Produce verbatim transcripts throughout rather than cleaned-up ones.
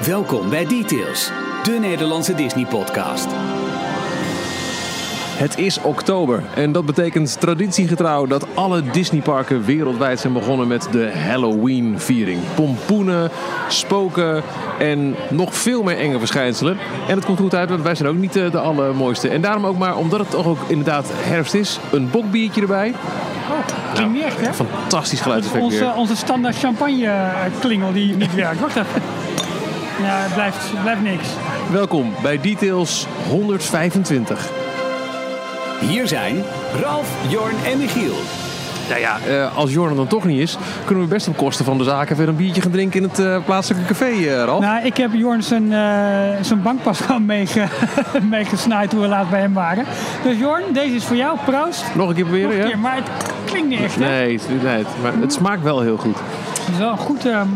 Welkom bij Details, de Nederlandse Disney-podcast. Het is oktober en dat betekent traditiegetrouw dat alle Disneyparken wereldwijd zijn begonnen met de Halloween-viering. Pompoenen, spoken en nog veel meer enge verschijnselen. En het komt goed uit, want wij zijn ook niet de allermooiste. En daarom ook maar, omdat het toch ook inderdaad herfst is, een bokbiertje erbij. Oh, klinkt niet echt, hè? Fantastisch geluidseffect onze, weer. onze standaard champagne-klingel die niet werkt. Wacht even. Ja, het blijft, het blijft niks. Welkom bij Details honderdvijfentwintig. Hier zijn Ralf, Jorn en Michiel. Nou ja, uh, als Jorn dan toch niet is, kunnen we best op kosten van de zaken weer een biertje gaan drinken in het uh, plaatselijke café, uh, Ralf. Nou, ik heb Jorn zijn, uh, zijn bankpas gewoon meege, meegesnaaid toen we laat bij hem waren. Dus Jorn, deze is voor jou. Proost. Nog een keer proberen, Nog een ja? keer, maar het klinkt niet echt, hè? Nee, nee, maar het smaakt wel heel goed. Het is wel een goed... Um...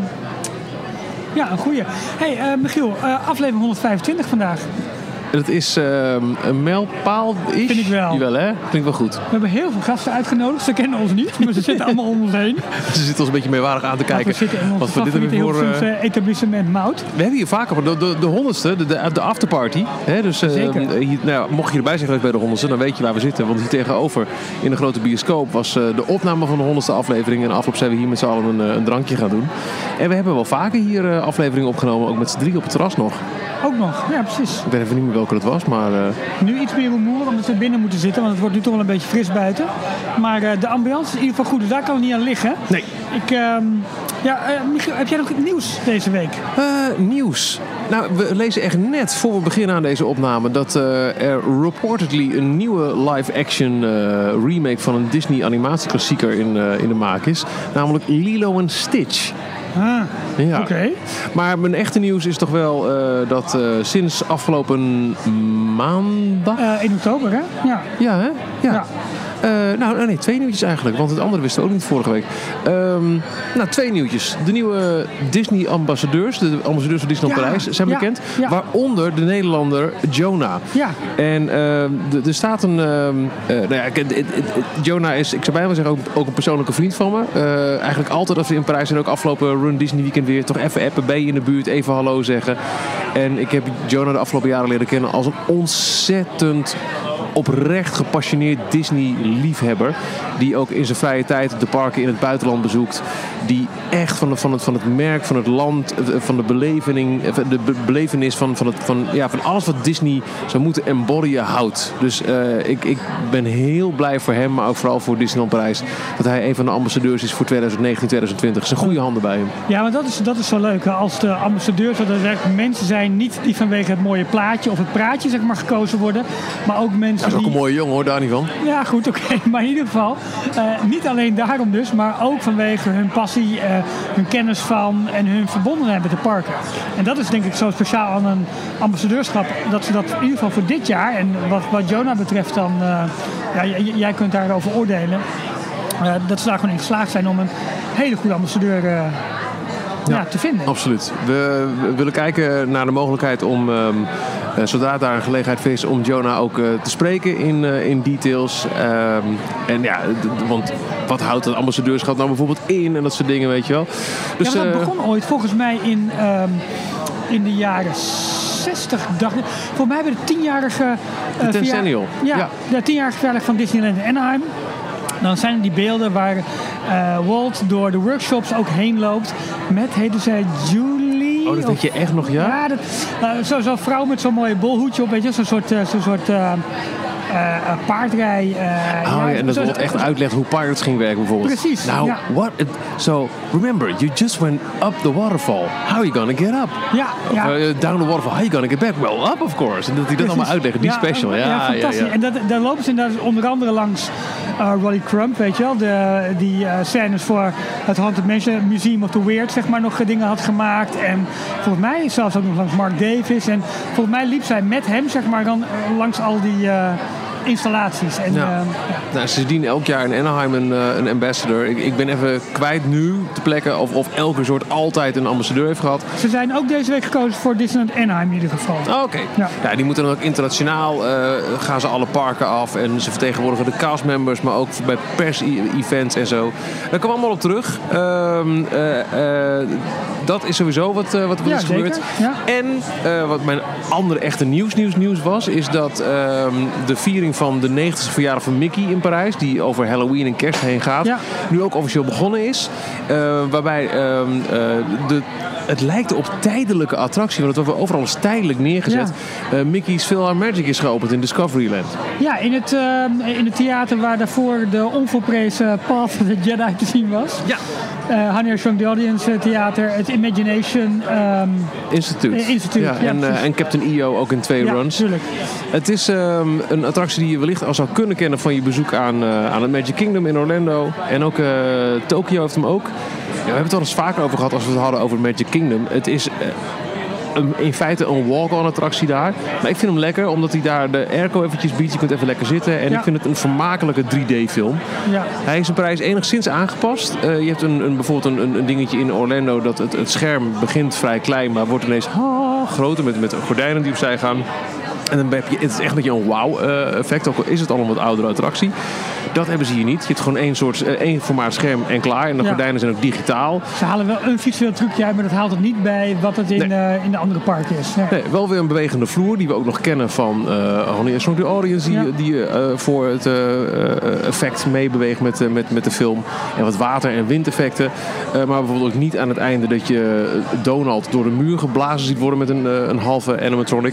Ja, een goeie. Hey, uh, Michiel, uh, aflevering honderdvijfentwintig vandaag. Het is uh, een mijlpaal. Vind ik wel. Jawel, hè? Klinkt wel goed. We hebben heel veel gasten uitgenodigd. Ze kennen ons niet, maar ze zitten allemaal om ons heen. Ze zitten ons een beetje meewaardig aan te kijken. We zitten in ons wat we dit favoriete voor uh... etablissement Mout. We hebben hier vaker de, de, de honderdste, de, de, de afterparty. Hè? Dus, uh, Zeker. Hier, nou, mocht je erbij zijn geweest bij de honderdste, dan weet je waar we zitten. Want hier tegenover in de grote bioscoop was uh, de opname van de honderdste aflevering. En afloop zijn we hier met z'n allen een, een drankje gaan doen. En we hebben wel vaker hier uh, afleveringen opgenomen, ook met z'n drie op het terras nog. Ook nog, ja precies. Ik weet even niet meer welke dat was, maar... Uh... Nu iets meer rumoer omdat we binnen moeten zitten, want het wordt nu toch wel een beetje fris buiten. Maar uh, de ambiance is in ieder geval goed, dus daar kan het niet aan liggen. Nee. Ik, uh, ja, uh, Michiel, heb jij nog nieuws deze week? Uh, nieuws? Nou, we lezen echt net voor we beginnen aan deze opname dat uh, er reportedly een nieuwe live-action uh, remake van een Disney animatieklassieker in, uh, in de maak is. Namelijk Lilo en Stitch. Ah, ja. Oké. Okay. Maar mijn echte nieuws is toch wel uh, dat uh, sinds afgelopen maandag... Uh, in oktober, hè? Ja. Ja, hè? Ja. ja. Uh, nou, nee, twee nieuwtjes eigenlijk. Want het andere wisten we ook niet vorige week. Um, nou, twee nieuwtjes. De nieuwe Disney-ambassadeurs, de ambassadeurs van Disneyland ja. Parijs, zijn ja. bekend. Ja. Waaronder de Nederlander Jonah. Ja. En uh, er staat een... Uh, uh, nou ja, Jonah is, ik zou bijna zeggen, ook, ook een persoonlijke vriend van me. Uh, eigenlijk altijd als we in Parijs zijn, ook afgelopen Run Disney Weekend weer, toch even appen, ben je in de buurt, even hallo zeggen. En ik heb Jonah de afgelopen jaren leren kennen als een ontzettend... oprecht gepassioneerd Disney-liefhebber. Die ook in zijn vrije tijd de parken in het buitenland bezoekt. Die echt van, de, van, het, van het merk, van het land, van de beleving, de be- belevenis van, van, het, van, ja, van alles wat Disney zou moeten embodyen houdt. Dus uh, ik, ik ben heel blij voor hem, maar ook vooral voor Disneyland Parijs. Dat hij een van de ambassadeurs is voor twintig negentien twintig twintig. Er zijn goede handen bij hem. Ja, maar dat is, dat is zo leuk. Hè? Als de ambassadeurs, dat er eigenlijk mensen zijn, niet die vanwege het mooie plaatje of het praatje zeg maar gekozen worden, maar ook mensen. Hij is ook die... een mooie jongen hoor, daar niet van. Ja, goed, oké. Okay. Maar in ieder geval, uh, niet alleen daarom dus, maar ook vanwege hun passie, uh, hun kennis van en hun verbondenheid met de parken. En dat is denk ik zo speciaal aan een ambassadeurschap, dat ze dat in ieder geval voor dit jaar, en wat, wat Jonah betreft dan, uh, ja, j- jij kunt daarover oordelen, uh, dat ze daar gewoon in geslaagd zijn om een hele goede ambassadeur uh, ja, ja, te vinden. Absoluut. We, we willen kijken naar de mogelijkheid om, um, uh, zodra daar een gelegenheid is, om Jonah ook uh, te spreken in, uh, in details. Um, en ja, d- want wat houdt het ambassadeurschap nou bijvoorbeeld in en dat soort dingen, weet je wel. Dus, ja, dat uh, begon ooit volgens mij in, um, in de jaren zestig, dacht ik. Volgens mij hebben de tienjarige... Uh, de Tencennial. Ja, ja, de tienjarige verjaardag van Disneyland in Anaheim. Dan zijn er die beelden waar uh, Walt door de workshops ook heen loopt. Met, heette zij Julie? Oh, dat weet je echt nog, ja? Ja, dat, uh, zo'n zo vrouw met zo'n mooie bolhoedje op, weet je. Zo'n soort... Uh, zo'n soort uh, Uh, uh, paardrij. Uh, oh, ja, en dat wordt echt uitlegd hoe Pirates ging werken bijvoorbeeld. Precies. Nou, ja. what? It, so, remember, you just went up the waterfall. How are you gonna get up? Ja, ja. Of, uh, down the waterfall. How are you gonna get back? Well, up of course. En dat hij dat Precies. allemaal uitleggen. Die ja, special. Ja, ja, fantastisch. Ja, ja. En dat, daar lopen ze inderdaad onder andere langs uh, Rolly Crump, weet je wel. De, die uh, scènes voor het Haunted Mansion Museum of the Weird, zeg maar, nog dingen had gemaakt. En volgens mij zelfs ook nog langs Mark Davis. En volgens mij liep zij met hem, zeg maar, dan uh, langs al die... Uh, installaties. En, Ja. uh, ja. Nou, ze dienen elk jaar in Anaheim een, uh, een ambassador. Ik, ik ben even kwijt nu te plekken of, of elke soort altijd een ambassadeur heeft gehad. Ze zijn ook deze week gekozen voor Disneyland Anaheim in ieder geval. Oh, Oké. Okay. Ja. Ja, die moeten dan ook internationaal uh, gaan ze alle parken af. En ze vertegenwoordigen de castmembers, maar ook bij pers-events en zo. Daar komen we allemaal op terug. Uh, uh, uh, dat is sowieso wat, uh, wat er Ja, is gebeurd. Ja. En uh, wat mijn andere echte nieuws, nieuws, nieuws was, is dat uh, de viering van de negentigste verjaardag van Mickey in Parijs, die over Halloween en kerst heen gaat, Ja. nu ook officieel begonnen is. Uh, waarbij uh, uh, de het lijkt op tijdelijke attractie, want het wordt overal eens tijdelijk neergezet. Ja. Uh, Mickey's PhilharMagic is geopend in Discoveryland. Ja, in het, uh, in het theater waar daarvoor de onvolprezen Path of the Jedi te zien was. Ja. Uh, Honey, I Shrunk the Audience theater, het Imagination um, Institute. Uh, Institute. Ja, Ja, en, uh, en Captain E O ook in twee ja, runs. Tuurlijk. Het is um, een attractie die je wellicht al zou kunnen kennen van je bezoek aan, uh, aan het Magic Kingdom in Orlando. En ook uh, Tokyo heeft hem ook. Ja, we hebben het al eens vaker over gehad als we het hadden over Magic Kingdom. Het is uh, een, in feite een walk-on attractie daar. Maar ik vind hem lekker, omdat hij daar de airco eventjes biedt. Je kunt even lekker zitten. En ja. ik vind het een vermakelijke drie D film. Ja. Hij is in Parijs enigszins aangepast. Uh, je hebt een, een, bijvoorbeeld een, een dingetje in Orlando dat het, het scherm begint vrij klein, maar wordt ineens oh, groter met, met gordijnen die opzij gaan. En dan heb je, het is echt een beetje een wow-effect, ook al is het al een wat oudere attractie. Dat hebben ze hier niet. Je hebt gewoon één soort, één formaat scherm en klaar. En de ja. gordijnen zijn ook digitaal. Ze halen wel een visueel trucje uit, maar dat haalt het niet bij wat het in, nee. uh, in de andere parken is. Ja. Nee, wel weer een bewegende vloer, die we ook nog kennen van uh, Honey, I Shrunk the Audience, die, ja. die uh, voor het uh, effect meebeweegt met, uh, met, met de film. En wat water- en windeffecten. Uh, maar bijvoorbeeld ook niet aan het einde dat je Donald door de muur geblazen ziet worden met een, uh, een halve animatronic.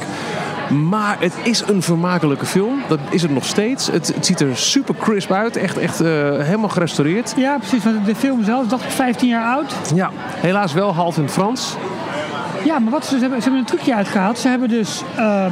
Maar het is een vermakelijke film. Dat is het nog steeds. Het, het ziet er super crisp uit. Echt, echt uh, helemaal gerestaureerd. Ja, precies. Want de film zelf dacht ik vijftien jaar oud. Ja, helaas wel half in het Frans. Ja, maar wat ze, ze, hebben, ze hebben een trucje uitgehaald. Ze hebben dus um, uh,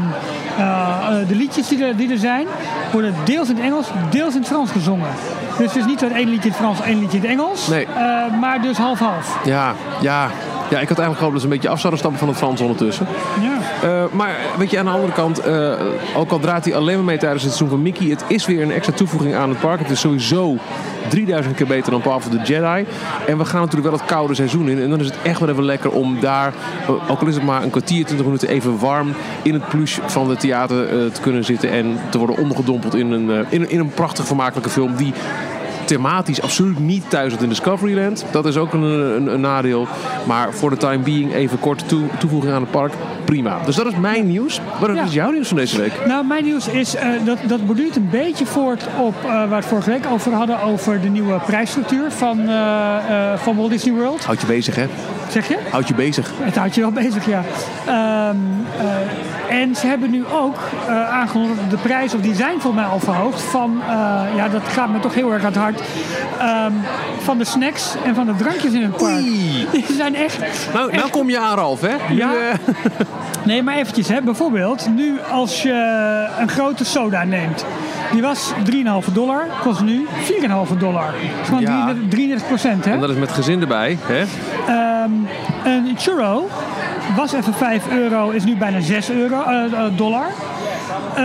uh, de liedjes die er, die er zijn, worden deels in het Engels, deels in het Frans gezongen. Dus het is niet zo één liedje in het Frans, één liedje in het Engels. Nee. Uh, maar dus half-half. Ja, ja. Ja, ik had eigenlijk gehoopt dat ze een beetje af zouden stappen van het Frans ondertussen. Ja. Uh, maar weet je, aan de andere kant, uh, ook al draait hij alleen maar mee tijdens het seizoen van Mickey, het is weer een extra toevoeging aan het park. Het is sowieso drieduizend keer beter dan Path of the Jedi. En we gaan natuurlijk wel het koude seizoen in. En dan is het echt wel even lekker om daar, ook al is het maar een kwartier, twintig minuten, even warm in het plush van het theater uh, te kunnen zitten en te worden ondergedompeld in een, uh, in, in een prachtig vermakelijke film die thematisch absoluut niet thuis in Discoveryland. Dat is ook een, een, een nadeel. Maar voor de time being even korte toe, toevoeging aan het park. Prima. Dus dat is mijn nieuws. Wat ja. is jouw nieuws van deze week? Nou, mijn nieuws is, uh, dat, dat borduurt een beetje voort op uh, waar we het vorige week over hadden. Over de nieuwe prijsstructuur van, uh, uh, van Walt Disney World. Houd je bezig, hè? Zeg je? Houd je bezig. Het houdt je wel bezig, ja. Um, uh, en ze hebben nu ook uh, aangekondigd dat de prijs, of die zijn volgens mij al verhoogd, van, uh, ja, dat gaat me toch heel erg aan het hart, um, van de snacks en van de drankjes in het park. Oei. Die zijn echt... Nou, echt... nou kom je aan, Ralf, hè? Ja. Nu, uh... Nee, maar eventjes, hè. Bijvoorbeeld, nu als je een grote soda neemt. Die was drie komma vijf dollar, kost nu vier komma vijf dollar. Dat is gewoon ja. drieëndertig procent, hè? En dat is met gezin erbij, hè? Um, een churro was even vijf euro, is nu bijna zes euro, uh, uh, dollar. Uh,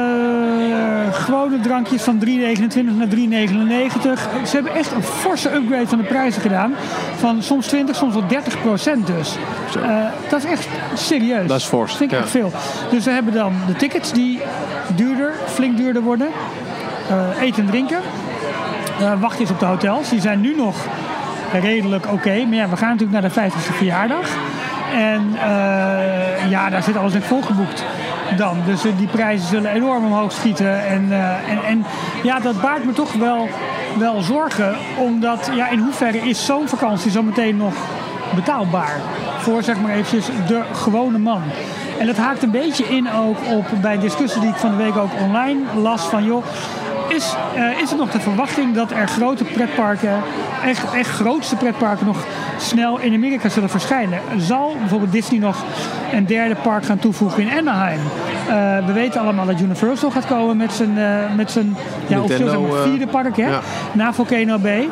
gewone drankjes van drie negenentwintig naar drie negenennegentig. Ze hebben echt een forse upgrade van de prijzen gedaan. Van soms twintig, soms wel dertig procent dus. Uh, dat is echt serieus. Dat is fors. Dat vind ik ja. echt veel. Dus we hebben dan de tickets die duurder, flink duurder worden. Uh, eten en drinken. Uh, wachtjes op de hotels. Die zijn nu nog redelijk oké. Okay. Maar ja, we gaan natuurlijk naar de vijftigste verjaardag. En uh, ja, daar zit alles in volgeboekt dan. Dus uh, die prijzen zullen enorm omhoog schieten. En, uh, en, en ja, dat baart me toch wel, wel zorgen. Omdat, ja, in hoeverre is zo'n vakantie zo meteen nog betaalbaar? Voor, zeg maar eventjes, de gewone man. En dat haakt een beetje in ook op bij een discussie die ik van de week ook online las. Van joh, is, uh, is er nog de verwachting dat er grote pretparken, echt, echt grootste pretparken nog snel in Amerika zullen verschijnen. Zal bijvoorbeeld Disney nog een derde park gaan toevoegen in Anaheim? Uh, we weten allemaal dat Universal gaat komen met zijn, uh, met zijn ja, officieel zeg maar vierde park, hè? Ja. Na Volcano Bay.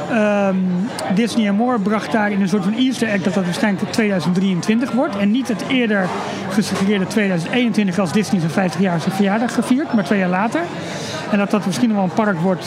Um, Disney and More bracht daar in een soort van Easter egg dat dat waarschijnlijk tweeduizend drieëntwintig wordt. En niet het eerder gesuggereerde tweeduizend eenentwintig als Disney zijn vijftigjarige verjaardag gevierd, maar twee jaar later. En dat dat misschien nog wel een park wordt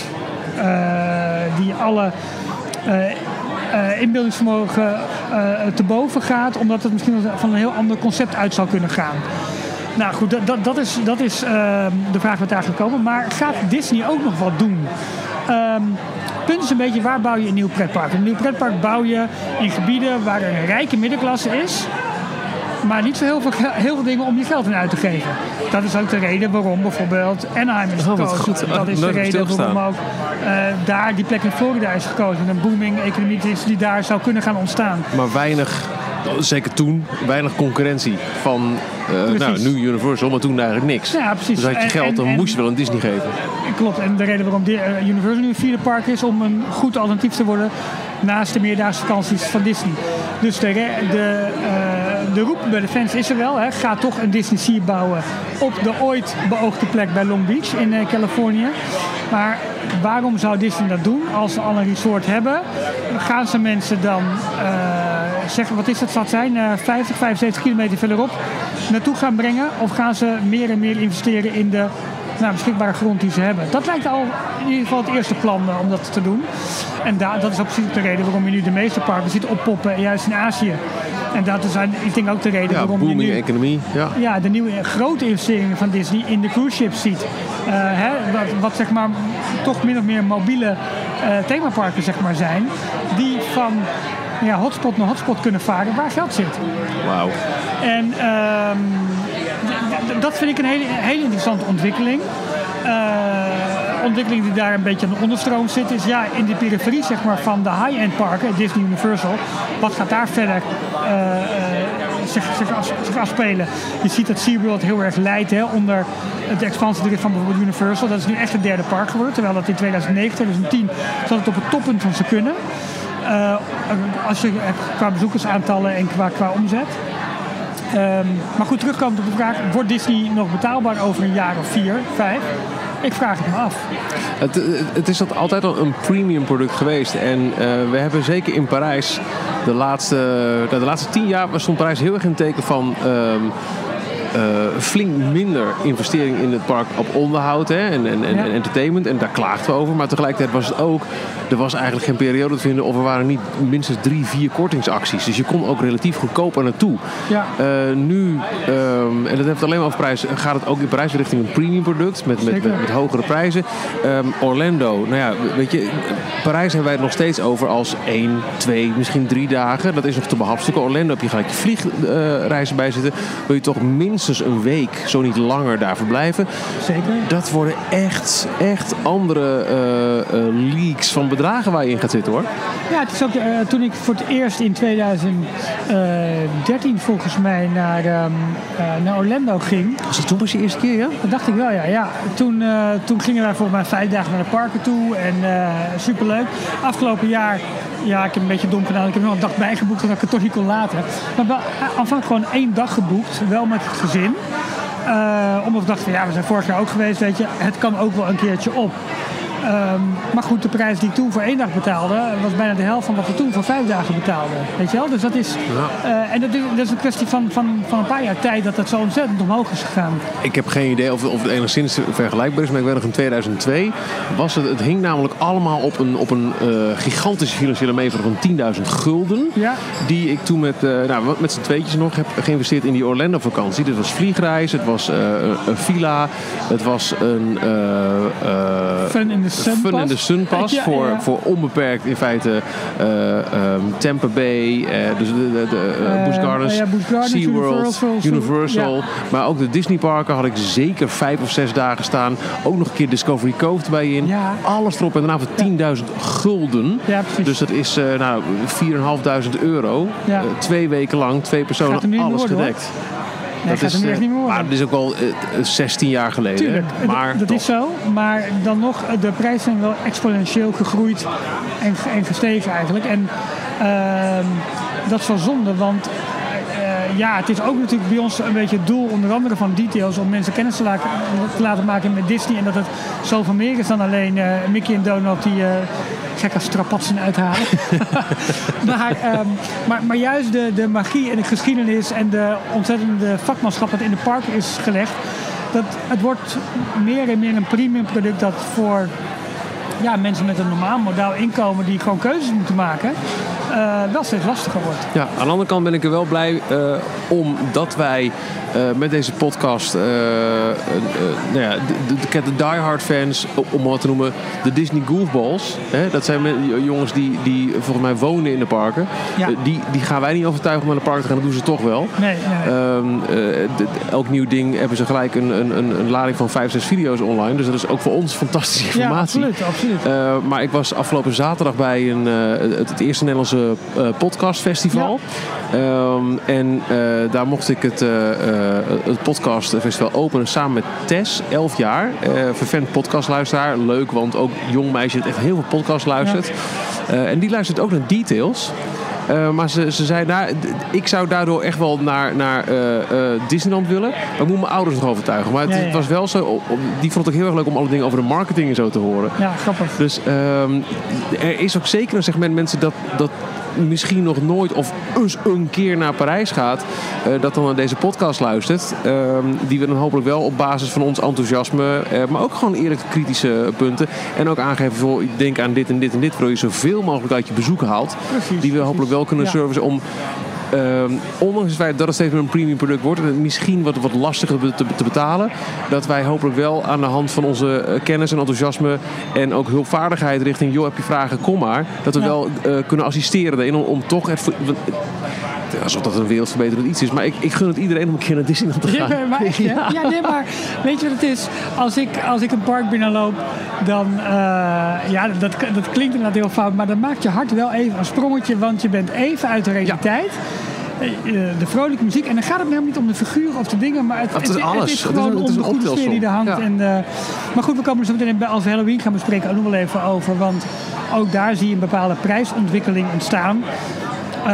uh, die alle uh, uh, inbeeldingsvermogen uh, te boven gaat, omdat het misschien van een heel ander concept uit zou kunnen gaan. Nou goed, dat, dat, dat is, dat is uh, de vraag wat daar gaat komen. Maar gaat Disney ook nog wat doen? Um, Het punt is een beetje, waar bouw je een nieuw pretpark? Een nieuw pretpark bouw je in gebieden waar er een rijke middenklasse is, maar niet zo heel veel, heel veel dingen om je geld in uit te geven. Dat is ook de reden waarom bijvoorbeeld Anaheim is gekozen. Oh, goed. Dat is de reden waarom ook uh, daar die plek in Florida is gekozen. Een booming economie is die daar zou kunnen gaan ontstaan. Maar weinig, zeker toen, weinig concurrentie van uh, nou, nu Universal, maar toen eigenlijk niks. Ja, precies. Dus had je geld, en, dan en, moest je wel een Disney geven. Klopt, en de reden waarom Universal nu een vierde park is om een goed alternatief te worden naast de meerdaagse vakanties van Disney. Dus de, de, uh, de roep bij de fans is er wel. Hè. Ga toch een Disney Sea bouwen op de ooit beoogde plek bij Long Beach in uh, Californië. Maar waarom zou Disney dat doen als ze al een resort hebben? Gaan ze mensen dan uh, zeggen, wat is dat, zal het zijn, uh, vijftig, vijfenzeventig kilometer verderop naartoe gaan brengen? Of gaan ze meer en meer investeren in de nou, beschikbare grond die ze hebben? Dat lijkt al in ieder geval het eerste plan uh, om dat te doen. En da- dat is ook precies de reden waarom je nu de meeste parken ziet oppoppen, juist in Azië. En dat is, ik denk ook de reden ja, waarom booming je nu economie, ja. Ja, de nieuwe grote investeringen van Disney in de cruise ships ziet. Uh, hè, wat, wat zeg maar toch min of meer mobiele uh, themaparken zeg maar zijn, die van ja, hotspot naar hotspot kunnen varen waar geld zit. Wauw. En um, d- d- dat vind ik een hele, hele interessante ontwikkeling. Uh, ontwikkeling die daar een beetje aan de onderstroom zit is ja, in de periferie zeg maar, van de high-end parken, Disney Universal. Wat gaat daar verder uh, uh, zich, zich, af, zich afspelen? Je ziet dat SeaWorld heel erg leidt hè, onder de expansiedrift van bijvoorbeeld Universal. Dat is nu echt het derde park geworden, terwijl dat in tweeduizend negen, tweeduizend tien zat het op het toppunt van zijn kunnen. Uh, als je qua bezoekersaantallen en qua, qua omzet. Um, maar goed, terugkomend op de vraag, wordt Disney nog betaalbaar over een jaar of vier, vijf? Ik vraag het me af. Het, het is altijd al een premium product geweest. En uh, we hebben zeker in Parijs de laatste, de laatste tien jaar stond Parijs heel erg in het teken van Um, Uh, flink minder investering in het park op onderhoud hè, en, en, en, ja. en entertainment. En daar klaagden we over. Maar tegelijkertijd was het ook, er was eigenlijk geen periode te vinden of er waren niet minstens drie, vier kortingsacties. Dus je kon ook relatief goedkoper naartoe. Ja. Uh, nu, um, en dat heeft het alleen maar over prijs, gaat het ook in Parijs richting een premium product met, met, met, met hogere prijzen. Um, Orlando, nou ja, weet je, Parijs hebben wij het nog steeds over als één, twee, misschien drie dagen. Dat is nog te behapstukken. Orlando heb je gelijk je vliegreizen uh, bij zitten. Wil je toch minstens een week, zo niet langer daar verblijven. Zeker. Dat worden echt, echt andere uh, uh, leaks van bedragen waar je in gaat zitten hoor. Ja, het is ook uh, toen ik voor het eerst in tweeduizend dertien volgens mij naar, um, uh, naar Orlando ging. Was dat toen pas je eerste keer, ja? Dat dacht ik wel, ja. ja. Toen, uh, toen gingen wij volgens mij vijf dagen naar de parken toe en uh, superleuk. Afgelopen jaar, ja, ik heb een beetje dom gedaan. Ik heb nog een dag bijgeboekt omdat ik het toch niet kon laten. Maar wel aanvankelijk gewoon één dag geboekt, wel met het gezin. Uh, omdat we dachten, ja, we zijn vorig jaar ook geweest, weet je. Het kan ook wel een keertje op. Um, maar goed, de prijs die ik toen voor één dag betaalde, was bijna de helft van wat we toen voor vijf dagen betaalden. Weet je wel? Dus dat is, ja. uh, en dat is, dat is een kwestie van, van, van een paar jaar tijd dat dat zo ontzettend omhoog is gegaan. Ik heb geen idee of, of het enigszins vergelijkbaar is, maar ik weet nog in tweeduizend twee was het, het hing namelijk allemaal op een, op een uh, gigantische financiële meevaller van tienduizend gulden. Ja. Die ik toen met, uh, nou, met z'n tweetjes nog heb geïnvesteerd in die Orlando vakantie. Dit was vliegreis, het was uh, een villa, het was een uh, uh, Fun in the Sun Fun in the Sun Pass ja, voor, ja. voor onbeperkt in feite uh, um, Tampa Bay, uh, dus de, de, de uh, Busch Gardens, uh, ja, Busch Gardens, SeaWorld, Universal, Universal ja. maar ook de Disney parken had ik zeker vijf of zes dagen staan. Ook nog een keer Discovery Cove erbij in. Ja. Alles erop en daarna voor tienduizend gulden. Ja, dus dat is uh, nou, vierduizend vijfhonderd euro. Ja. Uh, twee weken lang, twee personen, alles worden, gedekt. Hoor. dat gaat is, hem echt niet meer worden. Maar dat is ook wel uh, zestien jaar geleden. Tuurlijk, Hè? Maar dat, dat is zo. Maar dan nog, de prijzen zijn wel exponentieel gegroeid en, en gestegen eigenlijk. En uh, dat is wel zonde, want uh, ja, het is ook natuurlijk bij ons een beetje het doel, onder andere van Details, om mensen kennis te laten, te laten maken met Disney. En dat het zoveel meer is dan alleen uh, Mickey en Donald die uh, gekke strapatsen uithalen. maar, um, maar, maar juist de, de magie en de geschiedenis en de ontzettende vakmanschap dat in de parken is gelegd, dat het wordt meer en meer een premium product dat voor ja, mensen met een normaal modaal inkomen die gewoon keuzes moeten maken, uh, wel steeds lastiger wordt. Ja, aan de andere kant ben ik er wel blij uh, omdat wij uh, met deze podcast uh, uh, uh, nou ja, de, de, de diehard fans, om wat te noemen, de Disney Goofballs, hè, dat zijn jongens die, die volgens mij wonen in de parken. Ja. Uh, die, die gaan wij niet overtuigen om naar de park te gaan, dat doen ze toch wel. Nee, nee, nee. Um, uh, de, de, elk nieuw ding hebben ze gelijk een, een, een, een lading van vijf, zes video's online. Dus dat is ook voor ons fantastische informatie. Ja, absoluut, absoluut. Uh, maar ik was afgelopen zaterdag bij een, uh, het, het eerste Nederlandse uh, podcastfestival. Ja. Um, en uh, daar mocht ik het, uh, uh, het podcastfestival openen samen met Tess, elf jaar. Uh, vervent podcastluisteraar. Leuk, want ook jong meisje dat echt heel veel podcast luistert. Ja. Uh, en die luistert ook naar Details. Uh, maar ze, ze zei, nou, ik zou daardoor echt wel naar, naar uh, uh, Disneyland willen. Maar ik moet mijn ouders nog overtuigen. Maar het, ja, ja. het was wel zo, die vond het ook heel erg leuk om alle dingen over de marketing en zo te horen. Ja, grappig. Dus um, er is ook zeker een segment mensen dat, dat misschien nog nooit of eens een keer naar Parijs gaat, uh, dat dan naar deze podcast luistert. Uh, die we dan hopelijk wel op basis van ons enthousiasme, uh, maar ook gewoon eerlijk kritische punten. En ook aangeven voor, denk aan dit en dit en dit, waardoor je zoveel mogelijk uit je bezoek haalt. Precies, die we hopelijk wel kunnen ja. servicen om Uh, ondanks het feit dat het steeds meer een premium product wordt en misschien wat, wat lastiger te, te betalen, dat wij hopelijk wel aan de hand van onze uh, kennis en enthousiasme en ook hulpvaardigheid richting, joh, heb je vragen, kom maar, dat we ja. wel uh, kunnen assisteren daarin om, om toch het, alsof dat een wereldverbeterend iets is, maar ik, ik gun het iedereen om een keer naar Disneyland te gaan. Ja, maar, echt, ja? Ja, nee, maar weet je wat het is? Als ik, als ik een park binnenloop, dan, uh, ja, dat, dat klinkt inderdaad heel fout, maar dan maakt je hart wel even een sprongetje, want je bent even uit de realiteit. Ja. De vrolijke muziek. En dan gaat het helemaal niet om de figuren of de dingen, maar het, het is het, alles. Het is gewoon het is een, het is om de goede sfeer die er hangt. Ja. En, uh, maar goed, we komen er zo meteen als we Halloween gaan bespreken ook nog wel even over, want ook daar zie je een bepaalde prijsontwikkeling ontstaan. Uh,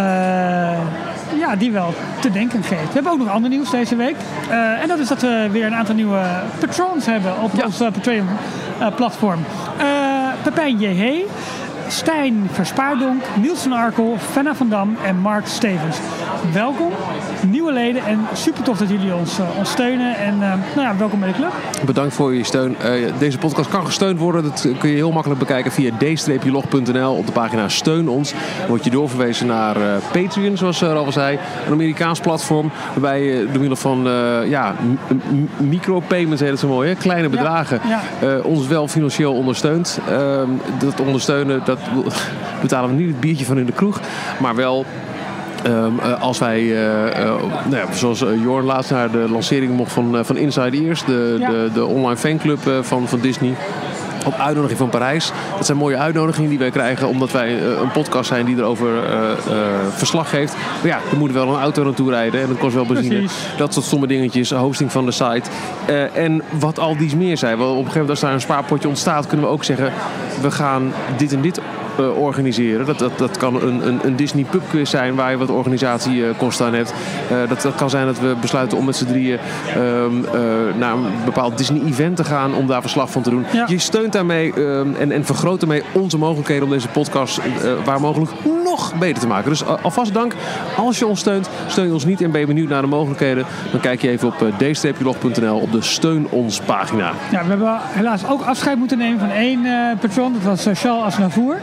ja, die wel te denken geeft. We hebben ook nog ander nieuws deze week. Uh, en dat is dat we weer een aantal nieuwe patrons hebben op ja. ons uh, Patreon uh, platform. Uh, Pepijn J H, Stijn Verspaardonk, Niels van Arkel, Fenna van Dam en Mark Stevens. Welkom, nieuwe leden en super tof dat jullie ons, uh, ons steunen. En uh, nou ja, welkom bij de club. Bedankt voor je steun. Uh, deze podcast kan gesteund worden. Dat kun je heel makkelijk bekijken via d log punt n l op de pagina Steun ons. Dan word je doorverwezen naar uh, Patreon, zoals uh, Ralf al zei. Een Amerikaans platform waarbij je door middel van uh, ja, m- m- micropayments, heet het zo mooi, hè? Kleine bedragen, ja, ja. Uh, ons wel financieel ondersteunt. Uh, dat ondersteunen, dat betalen we niet het biertje van in de kroeg, maar wel Um, uh, als wij, uh, uh, nou ja, zoals uh, Jorn laatst naar de lancering mocht van, uh, van Inside Ears, de, ja. de, de online fanclub uh, van, van Disney, op uitnodiging van Parijs. Dat zijn mooie uitnodigingen die wij krijgen, omdat wij uh, een podcast zijn die erover uh, uh, verslag geeft. Maar ja, er moet wel een auto naartoe rijden en dat kost wel benzine. Precies. Dat soort stomme dingetjes, hosting van de site. Uh, en wat al dies meer zijn. Want op een gegeven moment als daar een spaarpotje ontstaat, kunnen we ook zeggen, we gaan dit en dit Uh, organiseren. Dat, dat, dat kan een, een, een Disney pubquiz zijn waar je wat organisatiekosten aan hebt. Uh, dat, dat kan zijn dat we besluiten om met z'n drieën um, uh, naar een bepaald Disney event te gaan om daar verslag van te doen. Ja. Je steunt daarmee um, en, en vergroot daarmee onze mogelijkheden om deze podcast uh, waar mogelijk nog beter te maken. Dus uh, alvast dank. Als je ons steunt, steun je ons niet en ben je benieuwd naar de mogelijkheden, dan kijk je even op uh, d log punt n l op de Steun ons pagina. Ja, we hebben helaas ook afscheid moeten nemen van één uh, persoon. Dat was uh, Charles Aznavour.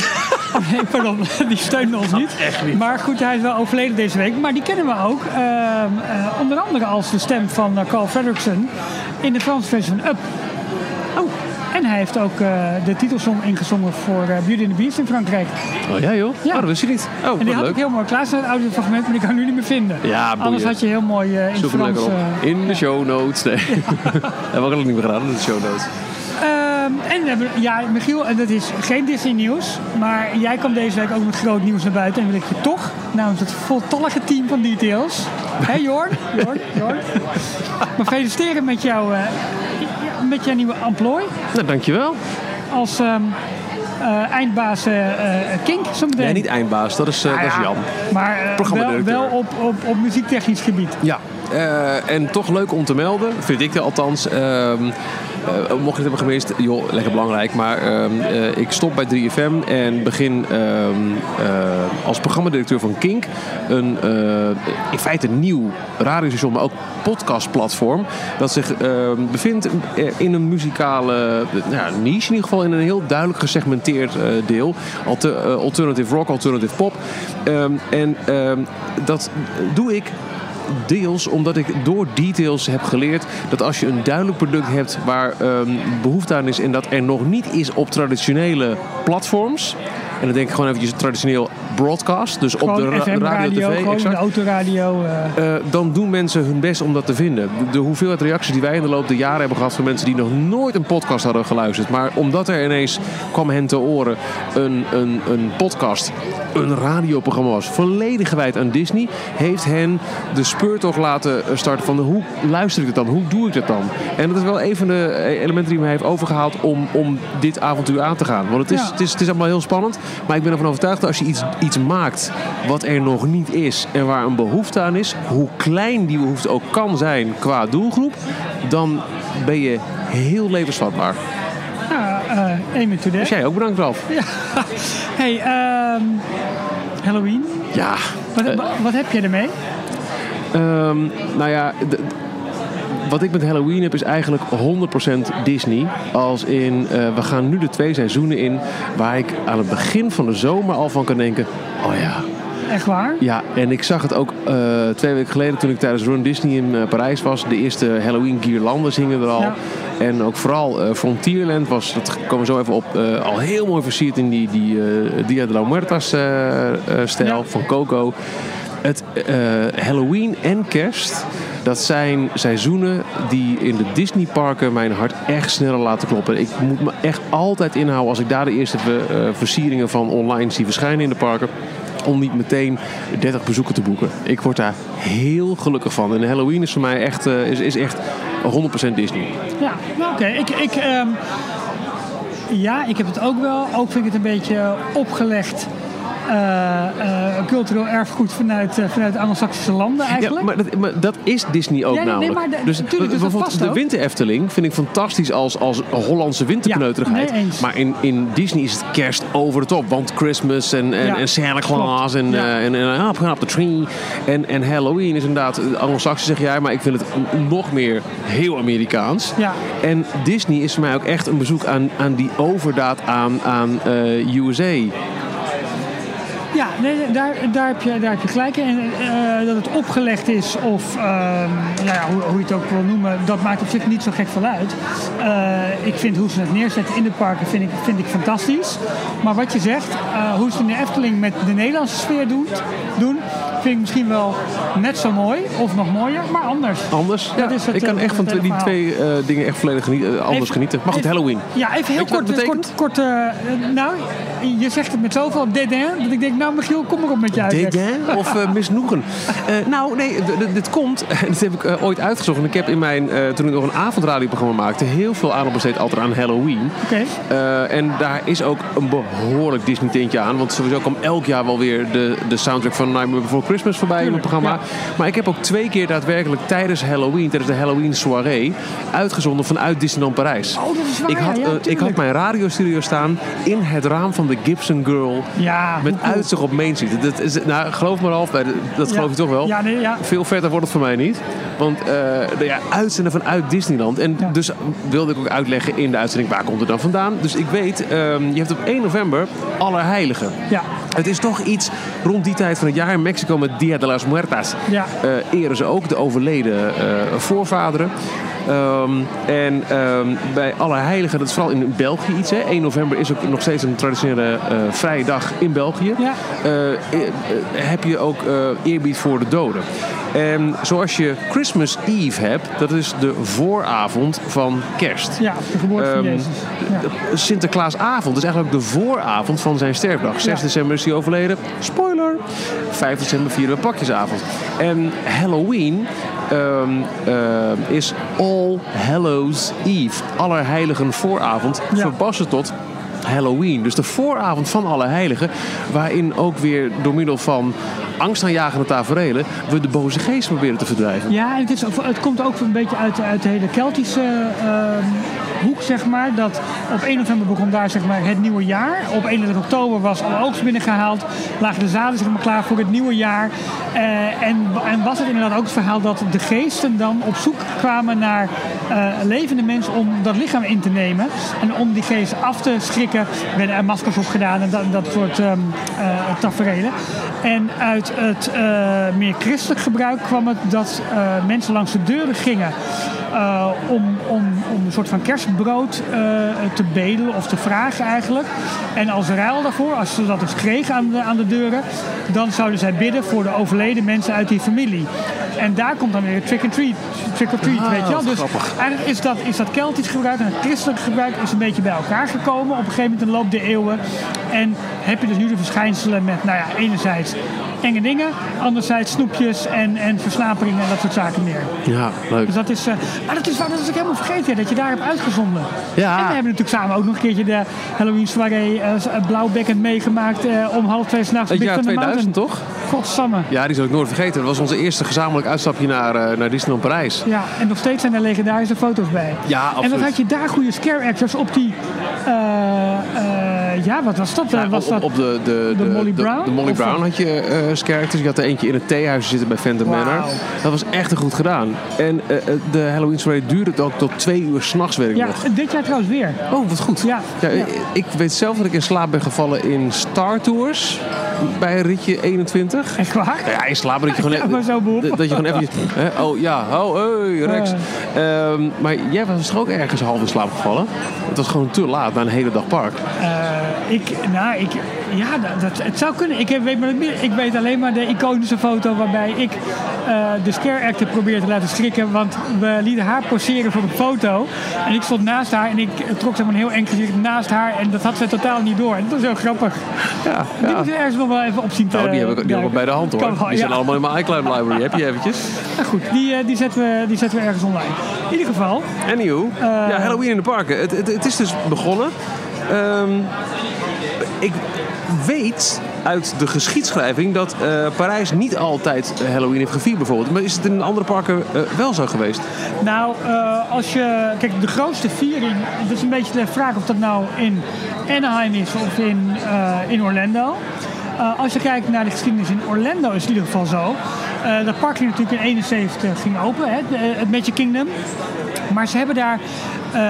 Oh nee, pardon, die steunde ons niet. Echt niet. Maar goed, hij is wel overleden deze week. Maar die kennen we ook. Uh, uh, onder andere als de stem van uh, Carl Fredricksen in de Franse versie van Up. Oh. En hij heeft ook uh, de titelsong ingezongen voor uh, Beauty and the Beast in Frankrijk. Oh ja joh? Ja. Oh, dat wist je niet. Oh, en die had leuk. ook heel mooi klaarstaan, het audiofragment, maar die kan ik nu niet meer vinden. Ja, boeien. Anders had je heel mooi uh, in Zoek Frans... lekker op. Uh, in de show notes. Nee. Ja. Dat hebben we ook niet meer gedaan, in de show notes. Uh, en we hebben, ja, Michiel, en dat is geen Disney nieuws, maar jij kwam deze week ook met groot nieuws naar buiten. En wil ik je toch, namens het voltallige team van Details, Hé hey, Jorn, Jorn, Jorn. Maar feliciteren met, jou, uh, met jouw nieuwe emplooi. Nou, dankjewel. Als um, uh, eindbaas uh, uh, Kink, zo meteen. Nee, niet eindbaas, dat is, uh, nou ja, dat is Jan. Maar uh, wel, wel op, op, op muziektechnisch gebied. Ja, uh, en toch leuk om te melden, vind ik althans. Uh, Uh, mocht je het hebben gemist, joh, lekker belangrijk. Maar uh, uh, ik stop bij drie F M en begin uh, uh, als programmadirecteur van Kink. Een uh, in feite een nieuw radiostation, maar ook podcastplatform. Dat zich uh, bevindt in een muzikale uh, ja, niche. In ieder geval in een heel duidelijk gesegmenteerd uh, deel. Alter, uh, alternative rock, alternative pop. Um, en uh, dat doe ik deels omdat ik door details heb geleerd dat als je een duidelijk product hebt waar um, behoefte aan is en dat er nog niet is op traditionele platforms. En dan denk ik gewoon eventjes traditioneel broadcast. Dus gewoon op de ra- F M radio, radio, tv, gewoon de autoradio. Uh. Uh, dan doen mensen hun best om dat te vinden. De, de hoeveelheid reacties die wij in de loop der jaren hebben gehad van mensen die nog nooit een podcast hadden geluisterd. Maar omdat er ineens kwam hen te oren een, een, een podcast, een radioprogramma was, volledig gewijd aan Disney, heeft hen de speurtocht laten starten van hoe luister ik het dan? Hoe doe ik dat dan? En dat is wel een van de elementen die mij heeft overgehaald om, om dit avontuur aan te gaan. Want het is, ja. het is, het is allemaal heel spannend. Maar ik ben ervan overtuigd dat als je iets, iets maakt wat er nog niet is en waar een behoefte aan is, hoe klein die behoefte ook kan zijn qua doelgroep, dan ben je heel levensvatbaar. Ja, uh, amen to that. Dus jij ook bedankt, Ralf. Ja. Hey, um, Halloween? Ja. Wat, uh, wat heb je ermee? Um, nou ja, d- wat ik met Halloween heb is eigenlijk honderd procent Disney. Als in, uh, we gaan nu de twee seizoenen in waar ik aan het begin van de zomer al van kan denken, oh ja. Echt waar? Ja, en ik zag het ook uh, twee weken geleden toen ik tijdens Run Disney in uh, Parijs was. De eerste Halloween guirlandes hingen er al. Ja. En ook vooral uh, Frontierland was, dat komen we zo even op, uh, al heel mooi versierd in die, die uh, Dia de la Muertas uh, uh, stijl ja. van Coco. Het uh, Halloween en kerst, dat zijn seizoenen die in de Disneyparken mijn hart echt sneller laten kloppen. Ik moet me echt altijd inhouden als ik daar de eerste uh, versieringen van online zie verschijnen in de parken, om niet meteen dertig bezoeken te boeken. Ik word daar heel gelukkig van. En Halloween is voor mij echt, uh, is, is echt honderd procent Disney. Ja, nou oké. Okay. Ik, ik, um, ja, ik heb het ook wel. Ook vind ik het een beetje opgelegd. Uh, uh, cultureel erfgoed vanuit, uh, vanuit de Anglo-Saxische landen eigenlijk. Ja, maar dat, maar dat is Disney ook ja, nee, namelijk. Nee, maar de, dus, tuurlijk, dus bijvoorbeeld de Winter Efteling vind ik fantastisch als, als Hollandse winterkneuterigheid. Ja, nee, maar in, in Disney is het kerst over de top. Want Christmas en, en, ja, en Santa Claus en, ja. uh, en, en uh, up the tree. En, en Halloween is inderdaad, Anglo-Saxisch zeg jij, maar ik vind het nog meer heel Amerikaans. Ja. En Disney is voor mij ook echt een bezoek aan, aan die overdaad aan, aan uh, U S A. Ja, nee, daar, daar, heb je, daar heb je gelijk in. En, uh, dat het opgelegd is of uh, nou ja, hoe, hoe je het ook wil noemen, dat maakt op zich niet zo gek veel uit. Uh, ik vind hoe ze het neerzetten in de parken vind ik, vind ik fantastisch. Maar wat je zegt, uh, hoe ze in de Efteling met de Nederlandse sfeer doet, doen, vind ik misschien wel net zo mooi of nog mooier, maar anders. Anders? Ja, het, ik kan echt van die verhaal. twee uh, dingen echt volledig geniet, uh, anders even, genieten. Maar goed, even, Halloween. Ja, even heel kort. kort, kort uh, nou, je zegt het met zoveel dédain dat ik denk, nou Michiel, kom maar op met je uit. Dédain of uh, misnoegen? Uh, nou, nee, d- d- dit komt, en dat heb ik uh, ooit uitgezocht. En ik heb in mijn, uh, toen ik nog een avondradioprogramma maakte, heel veel aandacht besteed altijd aan Halloween. Okay. Uh, en daar is ook een behoorlijk Disney tintje aan. Want sowieso kwam elk jaar wel weer de, de soundtrack van Nightmare Before Christmas voorbij Tuurlijk, in het programma. Ja. Maar ik heb ook twee keer daadwerkelijk tijdens Halloween, tijdens de Halloween soirée, uitgezonden vanuit Disneyland Parijs. Oh, dat is waar, ik had, ja, uh, ik had mijn radiostudio staan in het raam van de Gibson Girl. Ja, met uitzicht op Main Street. Dat is, nou, geloof me al, dat geloof ja. je toch wel. Ja, nee, ja. Veel verder wordt het voor mij niet. Want uh, de, ja, uitzenden vanuit Disneyland. En ja. dus wilde ik ook uitleggen in de uitzending, waar komt het dan vandaan? Dus ik weet, um, je hebt op één november Allerheiligen. Ja. Het is toch iets rond die tijd van het jaar in Mexico met Dia de las Muertas. Ja. Uh, eren ze ook de overleden uh, voorvaderen. Um, en um, bij Allerheiligen, dat is vooral in België iets. Hè. één november is ook nog steeds een traditionele uh, vrije dag in België. Ja. Uh, uh, uh, heb je ook uh, eerbied voor de doden. En zoals je Christmas Eve hebt, dat is de vooravond van kerst. Ja, de geboorte van Um, Jezus. Ja. Sinterklaasavond is eigenlijk ook de vooravond van zijn sterfdag. zes Ja. december is hij overleden. Spoiler! vijf december vieren we pakjesavond. En Halloween um, uh, is All Hallows Eve. Allerheiligen vooravond. Ja. Verbassen tot Halloween. Dus de vooravond van Allerheiligen. Waarin ook weer door middel van angstaanjagende taferelen we de boze geest proberen te verdrijven. Ja, en het, is, ook- het komt ook een beetje uit, uit de hele Keltische ehm, hoek, zeg maar. Dat op één november begon daar zeg maar, het nieuwe jaar. Op eenentwintig oktober was alle oogst binnengehaald. Lagen de zaden zeg maar, klaar voor het nieuwe jaar. Eh, en, en was het inderdaad ook het verhaal dat de geesten dan op zoek kwamen naar eh, levende mensen om dat lichaam in te nemen. En om die geesten af te schrikken werden er maskers op gedaan en dat, dat soort ehm eh, taferelen. En uit het eh, meer christelijk gebruik kwam het dat eh, mensen langs de deuren gingen uh, om, om, om een soort van kerstbrood uh, te bedelen of te vragen eigenlijk. En als ruil daarvoor, als ze dat dus kregen aan de, aan de deuren, dan zouden zij bidden voor de overleden mensen uit die familie. En daar komt dan weer trick and treat, trick or treat, Ah, weet je wel. wat Dus grappig. eigenlijk is dat, is dat Keltisch gebruik en het christelijk gebruik is een beetje bij elkaar gekomen op een gegeven moment in de loop der eeuwen. En heb je dus nu de verschijnselen met, nou ja, enerzijds enge dingen, anderzijds snoepjes en, en versnaperingen en dat soort zaken meer. Ja, leuk. Dus dat is, uh, maar dat is, dat is ook helemaal vergeten, dat je daar hebt uitgezonden. Ja. En we hebben natuurlijk samen ook nog een keertje de Halloween soirée uh, blauwbekkend meegemaakt uh, om half twee 's nachts. Het Big jaar Thunder tweeduizend, Mountain. toch? Godsamme. Ja, die zal ik nooit vergeten. Dat was onze eerste gezamenlijk uitstapje naar, uh, naar Disneyland Parijs. Ja, en nog steeds zijn er legendarische foto's bij. Ja, En absoluut. dan had je daar goede scare actors op die... uh, uh, ja, wat was dat? Ja, was op, dat op de, de, de Molly Brown? De, Molly Of Brown wat? had je uh, characters. Je had er eentje in het theehuis zitten bij Phantom Wauw. Manor. Dat was echt goed gedaan. En uh, de Halloween Soirée duurde ook tot twee uur s'nachts, weet ik Ja, nog. dit jaar trouwens weer. Oh, wat goed. Ja, Ja, ja. Ik weet zelf dat ik in slaap ben gevallen in Star Tours. Bij ritje eenentwintig. Echt waar? Nou ja, in slaap dat je gewoon... Ja, maar zo behoef. dat, dat je gewoon eventjes... Hè, oh ja, oh, hey, Rex. Ehm, maar jij was toch ook ergens half in slaap gevallen? Het was gewoon te laat na een hele dag park. Uh, ik, nou, ik, ja, dat, dat, het zou kunnen. Ik weet, maar ik, ik weet alleen maar de iconische foto waarbij ik uh, de scare actor probeerde te laten schrikken. Want we lieten haar poseren voor een foto. En ik stond naast haar en ik trok zeg maar een heel eng gezicht naast haar. En dat had ze totaal niet door. En dat was heel grappig. Ja, Die ja. moeten we ergens nog wel even opzien te Nou, die heb ik die heb ik bij de hand hoor. Kan wel, Die zijn ja. allemaal in mijn iCloud library. Heb je eventjes. Nou goed, die, uh, die, zetten we, die zetten we ergens online. In ieder geval. Anywho, ja, Halloween in de parken. Het, het, het is dus begonnen. Um, ik weet uit de geschiedschrijving dat uh, Parijs niet altijd Halloween heeft gevierd bijvoorbeeld. Maar is het in andere parken uh, wel zo geweest? Nou, uh, als je... Kijk, de grootste viering... Het is een beetje de vraag of dat nou in Anaheim is of in, uh, in Orlando. Uh, als je kijkt naar de geschiedenis in Orlando is het in ieder geval zo. Uh, dat park ging natuurlijk in eenenzeventig ging open, hè, het Magic Kingdom. Maar ze hebben daar uh,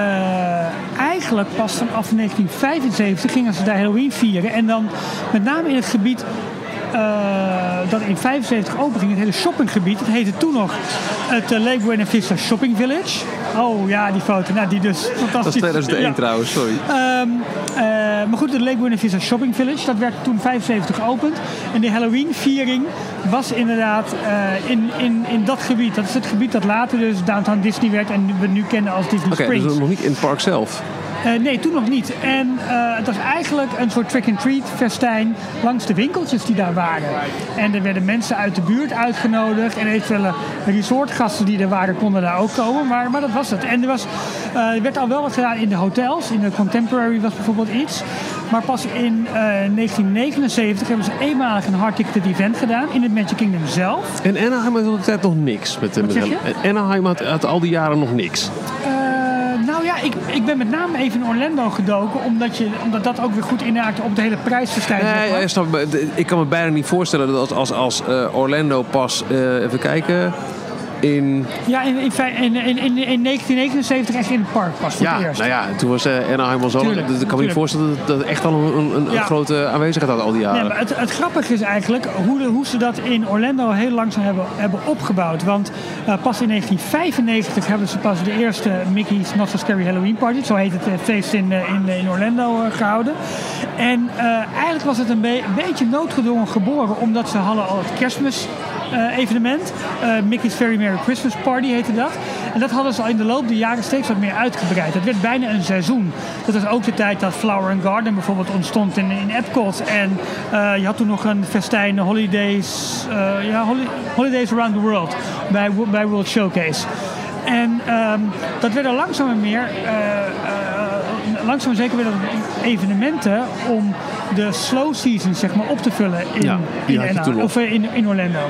eigenlijk pas vanaf negentien vijfenzeventig gingen ze daar Halloween vieren. En dan met name in het gebied uh, dat in vijfenzeventig open ging, het hele shoppinggebied. Dat heette toen nog het uh, Lake Buena Vista Shopping Village. Oh ja, die foto. Nou, die dus fantastisch. Dat is tweeduizend één ja. trouwens, sorry. Um, uh, maar goed, het Lake Buena Vista Shopping Village, dat werd toen vijfenzeventig geopend. En de Halloween-viering was inderdaad uh, in, in, in dat gebied. Dat is het gebied dat later dus Downtown Disney werd en we nu kennen als Disney Oké, Springs. dus nog niet in het park zelf. Uh, nee, toen nog niet. En uh, het was eigenlijk een soort trick-and-treat festijn langs de winkeltjes die daar waren. En er werden mensen uit de buurt uitgenodigd. En eventuele resortgasten die er waren, konden daar ook komen. Maar, maar dat was het. En er, was, uh, er werd al wel wat gedaan in de hotels. In de Contemporary was bijvoorbeeld iets. Maar pas in uh, negentien negenenzeventig hebben ze eenmalig een hard-ticketed event gedaan. In het Magic Kingdom zelf. En Anaheim had de tijd nog niks. Met, Wat met zeg je? Anaheim had, had al die jaren nog niks. Uh, nou ja, ik, ik ben met name even in Orlando gedoken. Omdat, je, omdat dat ook weer goed inhaakte op de hele prijsverstijging. Nee, zeg maar. ja, snap ik. Ik kan me bijna niet voorstellen dat als, als, als uh, Orlando pas, uh, even kijken, in... Ja, in, in, in, in, in negentien negenenzeventig echt in het park pas voor Ja, het eerst. nou ja, toen was uh, Anaheim al zo. Tuurlijk, dat, ik kan me niet tuurlijk. voorstellen dat dat echt al een, een, een Ja. grote aanwezigheid had al die jaren. Nee, maar het, het grappige is eigenlijk hoe, de, hoe ze dat in Orlando heel langzaam hebben, hebben opgebouwd. Want uh, pas in negentien vijfennegentig hebben ze pas de eerste Mickey's Not So Scary Halloween Party, zo heet het uh, feest in, uh, in, in Orlando uh, gehouden. En uh, eigenlijk was het een, be- een beetje noodgedwongen geboren, omdat ze hadden al het kerstmis uh, evenement. Uh, Mickey's Very Merry Christmas Party heette dat. En dat hadden ze al in de loop der jaren steeds wat meer uitgebreid. Het werd bijna een seizoen. Dat was ook de tijd dat Flower and Garden bijvoorbeeld ontstond in, in Epcot. En uh, je had toen nog een festijn, Holidays, uh, ja, holi- Holidays Around the World bij, bij World Showcase. En um, dat werden langzaam en meer, uh, uh, langzaam en zeker werden evenementen om de slow season zeg maar op te vullen in, ja, in, Anaheim, of in, in Orlando.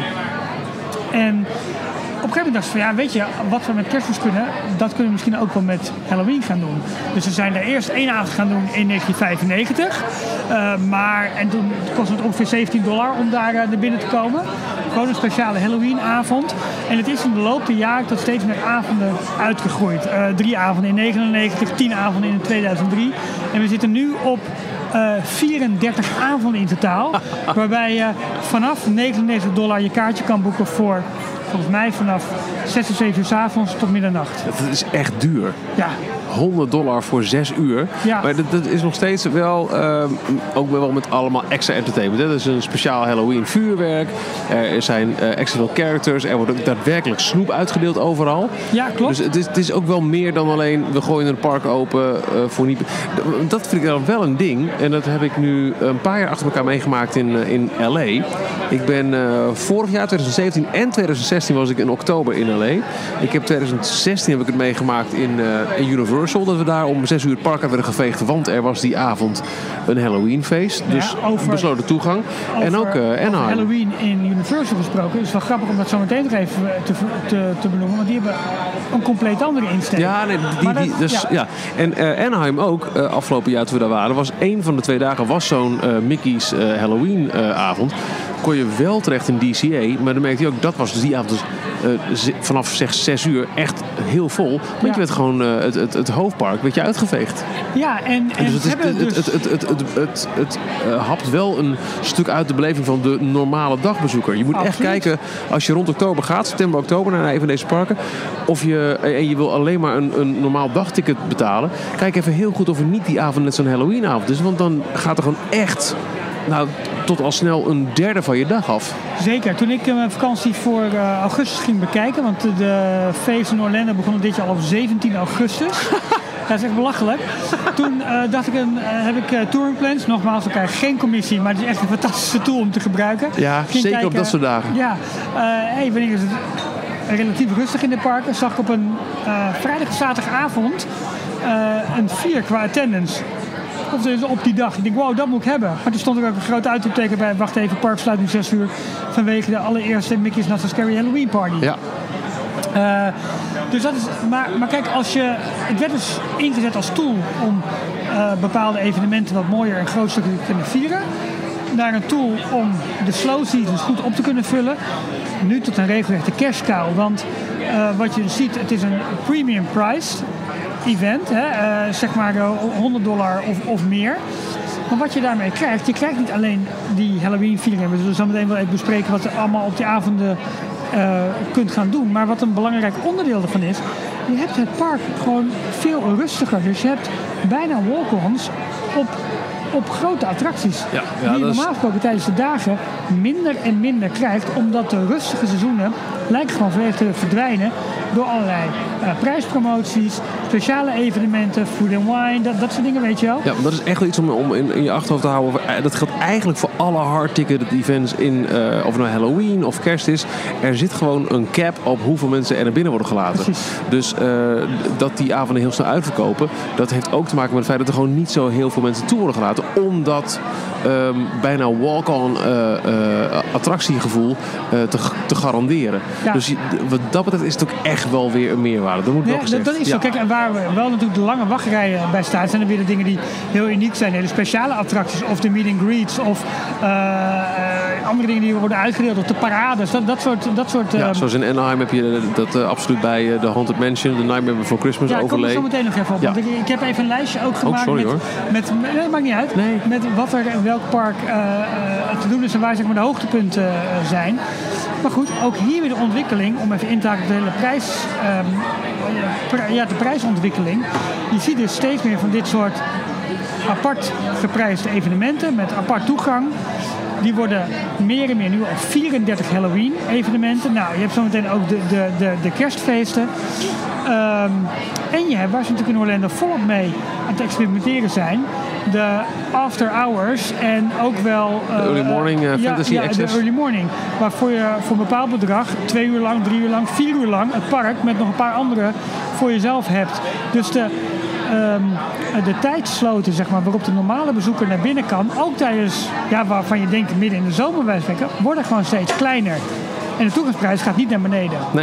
En op een gegeven moment dacht ze van ja, weet je, wat we met Kerstmis kunnen, dat kunnen we misschien ook wel met Halloween gaan doen. Dus we zijn er eerst één avond gaan doen in negentien vijfennegentig. Uh, maar, en toen kostte het ongeveer zeventien dollar om daar uh, naar binnen te komen. Gewoon een speciale Halloween avond. En het is in de loop der jaren tot steeds meer avonden uitgegroeid. Uh, drie avonden in negenennegentig, tien avonden in tweeduizend drie. En we zitten nu op Uh, vierendertig avonden in totaal. Waarbij je vanaf negenennegentig dollar je kaartje kan boeken voor, volgens mij vanaf zes of zeven uur 's avonds tot middernacht. Dat is echt duur. Ja. honderd dollar voor zes uur. Ja. Maar dat, dat is nog steeds wel, uh, ook wel met allemaal extra entertainment. Hè? Er is een speciaal Halloween vuurwerk. Er zijn uh, extra veel characters. Er wordt ook daadwerkelijk snoep uitgedeeld overal. Ja, klopt. Dus het is, het is ook wel meer dan alleen we gooien een park open uh, voor niet. Dat vind ik dan wel een ding. En dat heb ik nu een paar jaar achter elkaar meegemaakt in, uh, in L A. Ik ben uh, vorig jaar, twintig zeventien en twintig zestien was ik in oktober in L A. Ik heb twintig zestien heb ik het meegemaakt in, uh, in Universal. Dat we daar om zes uur het park werden geveegd, want er was die avond een Halloweenfeest. Dus ja, over, besloten toegang. Over, en ook uh, Anaheim. Halloween in Universal gesproken. Het is wel grappig om dat zo meteen nog even te, te, te benoemen, want die hebben een compleet andere insteek. Ja, nee, die, die, dat, dus, ja. ja. En uh, Anaheim ook, uh, afgelopen jaar toen we daar waren, was één van de twee dagen was zo'n uh, Mickey's uh, Halloween uh, avond. Kon je wel terecht in D C A, maar dan merkte je ook, dat was dus die avond dus, uh, vanaf zeg zes uur echt heel vol. Want ja. je werd gewoon uh, het, het, het hoofdpark werd je uitgeveegd. Ja, en, en dus het, is, hebben het, dus... het, het, het, het, het, het uh, hapt wel een stuk uit de beleving van de normale dagbezoeker. Je moet Absoluut. echt kijken, als je rond oktober gaat, september, oktober, naar een van deze parken, of je, en je wil alleen maar een, een normaal dagticket betalen, kijk even heel goed of er niet die avond net zo'n Halloween-avond is. Want dan gaat er gewoon echt... Nou, tot al snel een derde van je dag af. Zeker. Toen ik mijn vakantie voor uh, augustus ging bekijken, want de feesten in Orlando begonnen dit jaar al op zeventien augustus. Dat is echt belachelijk. Toen uh, dacht ik, een, uh, heb ik uh, touring plans. Nogmaals, we krijgen geen commissie, maar het is echt een fantastische tool om te gebruiken. Ja, ging zeker kijken, op dat soort dagen. Ja, uh, hey, wanneer is het relatief rustig in de parken? Zag ik op een uh, vrijdag of zaterdagavond uh, een vier qua attendance. Of dus op die dag. Ik denk, wow, dat moet ik hebben. Maar toen stond er ook een groot uitroepteken bij. Wacht even, park sluit nu zes uur. Vanwege de allereerste Mickey's Not So Scary Halloween Party. Ja. Uh, dus dat is, maar, maar kijk, als je, het werd dus ingezet als tool om uh, bepaalde evenementen wat mooier en groter te kunnen vieren. Naar een tool om de slow seasons goed op te kunnen vullen. Nu tot een regelrechte cashcow. Want uh, wat je ziet, het is een premium price event, hè, uh, zeg maar uh, honderd dollar of, of meer. Maar wat je daarmee krijgt, je krijgt niet alleen die Halloween viering. We zullen zo meteen wel even bespreken wat je allemaal op die avonden uh, kunt gaan doen. Maar wat een belangrijk onderdeel ervan is, je hebt het park gewoon veel rustiger. Dus je hebt bijna walk-ons op, op grote attracties. Ja, ja, die je normaal is... gesproken tijdens de dagen minder en minder krijgt. Omdat de rustige seizoenen lijken gewoon volledig te verdwijnen door allerlei uh, prijspromoties, speciale evenementen, food and wine, dat, dat soort dingen, weet je wel. Ja, maar dat is echt wel iets om, om in, in je achterhoofd te houden. Dat geldt eigenlijk voor alle hard-ticket events in, uh, of het nou Halloween of kerst is. Er zit gewoon een cap op hoeveel mensen er naar binnen worden gelaten. Precies. Dus uh, dat die avonden heel snel uitverkopen, dat heeft ook te maken met het feit dat er gewoon niet zo heel veel mensen toe worden gelaten. Omdat um, bijna walk-on uh, uh, attractiegevoel uh, te, te garanderen. Ja. Dus wat dat betreft is het ook echt wel weer een meerwaarde. Dat moet ja, wel gezegd. Dat is zo. Ja. Kijk, en waar we wel natuurlijk de lange wachtrijen bij staan, zijn er weer de dingen die heel uniek zijn. Hele speciale attracties of de meet and greets of uh, uh, andere dingen die worden uitgedeeld of de parades. Dat, dat soort... Dat soort ja, um... zoals in Anaheim heb je dat uh, absoluut bij uh, de Haunted Mansion, de Nightmare Before Christmas ja, overlay. Ja, ik kom er zo meteen nog even op. Ja. Want ik, ik heb even een lijstje ook gemaakt oh, sorry, met, hoor. met, met... Nee, dat maakt niet uit. Nee. Met wat er in welk park uh, uh, te doen is en waar zeg maar de hoogtepunten uh, zijn. Maar goed, ook hier weer de ontwikkeling, om even in te haken op de hele prijs, um, pr- ja, de prijsontwikkeling. Je ziet dus steeds meer van dit soort apart geprijsde evenementen met apart toegang. die worden meer en meer nu al vierendertig Halloween evenementen. Nou, je hebt zometeen ook de, de, de, de kerstfeesten. Um, en je hebt, waar ze natuurlijk in Orlando volop mee aan het experimenteren zijn, de after hours en ook wel... Uh, de early morning uh, fantasy ja, access. Ja, de early morning. Waarvoor je voor een bepaald bedrag twee uur lang, drie uur lang, vier uur lang het park met nog een paar andere voor jezelf hebt. Dus de, um, de tijdsloten, zeg maar, waarop de normale bezoeker naar binnen kan, ook tijdens, ja, waarvan je denkt midden in de zomer bij spreken, worden gewoon steeds kleiner. En de toegangsprijs gaat niet naar beneden. Nee.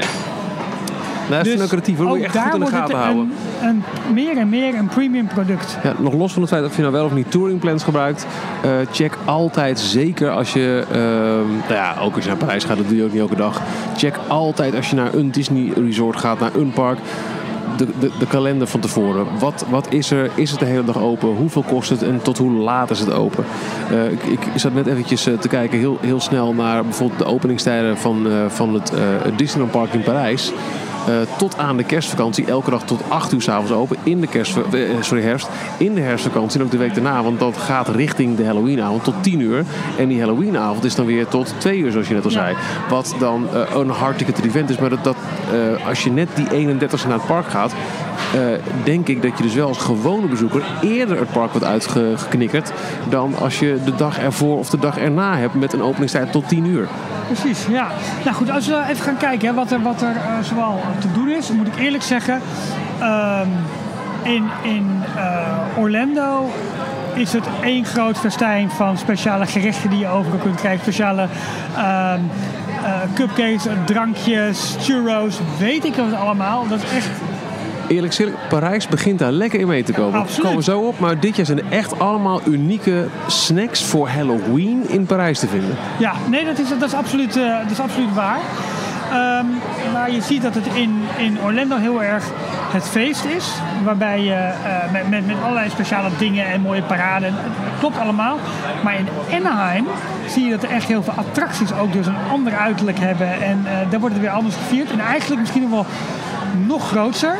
Nou, dat is dus lucratief. Dat moet je echt goed in de gaten houden. Een, een, meer en meer een premium product. Ja, nog los van het feit of je nou wel of niet touringplans gebruikt. Uh, check altijd, zeker als je... Uh, nou ja, ook als je naar Parijs gaat, dat doe je ook niet elke dag. Check altijd als je naar een Disney resort gaat, naar een park. De, de, de kalender van tevoren. Wat, wat is er? Is het de hele dag open? Hoeveel kost het? En tot hoe laat is het open? Uh, ik, ik zat net eventjes uh, te kijken heel, heel snel naar bijvoorbeeld de openingstijden van, uh, van het uh, Disneyland Park in Parijs. Uh, tot aan de kerstvakantie, elke dag tot acht uur 's avonds open in de kerst, uh, sorry, herfst. In de herfstvakantie en ook de week daarna, want dat gaat richting de Halloweenavond tot tien uur. En die Halloweenavond is dan weer tot twee uur, zoals je net al ja. zei. Wat dan uh, een hard-ticket event is, maar dat, dat uh, als je net die eenendertigste naar het park gaat, uh, denk ik dat je dus wel als gewone bezoeker eerder het park wordt uitgeknikkerd dan als je de dag ervoor of de dag erna hebt met een openingstijd tot tien uur. Precies, ja. Nou goed, als we even gaan kijken hè, wat er, wat er uh, zoal te doen is, moet ik eerlijk zeggen, um, in, in uh, Orlando is het één groot festijn van speciale gerechten die je overal kunt krijgen. Speciale um, uh, cupcakes, drankjes, churros, weet ik wat allemaal. Dat is echt... Eerlijk gezegd, Parijs begint daar lekker in mee te komen. Absoluut. Daar komen we zo op. Maar dit jaar zijn er echt allemaal unieke snacks voor Halloween in Parijs te vinden. Ja, nee, dat is, dat is, absoluut, uh, dat is absoluut waar. Um, maar je ziet dat het in, in Orlando heel erg het feest is. Waarbij je uh, met, met, met allerlei speciale dingen en mooie paraden. Het klopt allemaal. Maar in Anaheim zie je dat er echt heel veel attracties ook dus een ander uiterlijk hebben. En uh, daar wordt het weer anders gevierd. En eigenlijk misschien nog wel nog groter.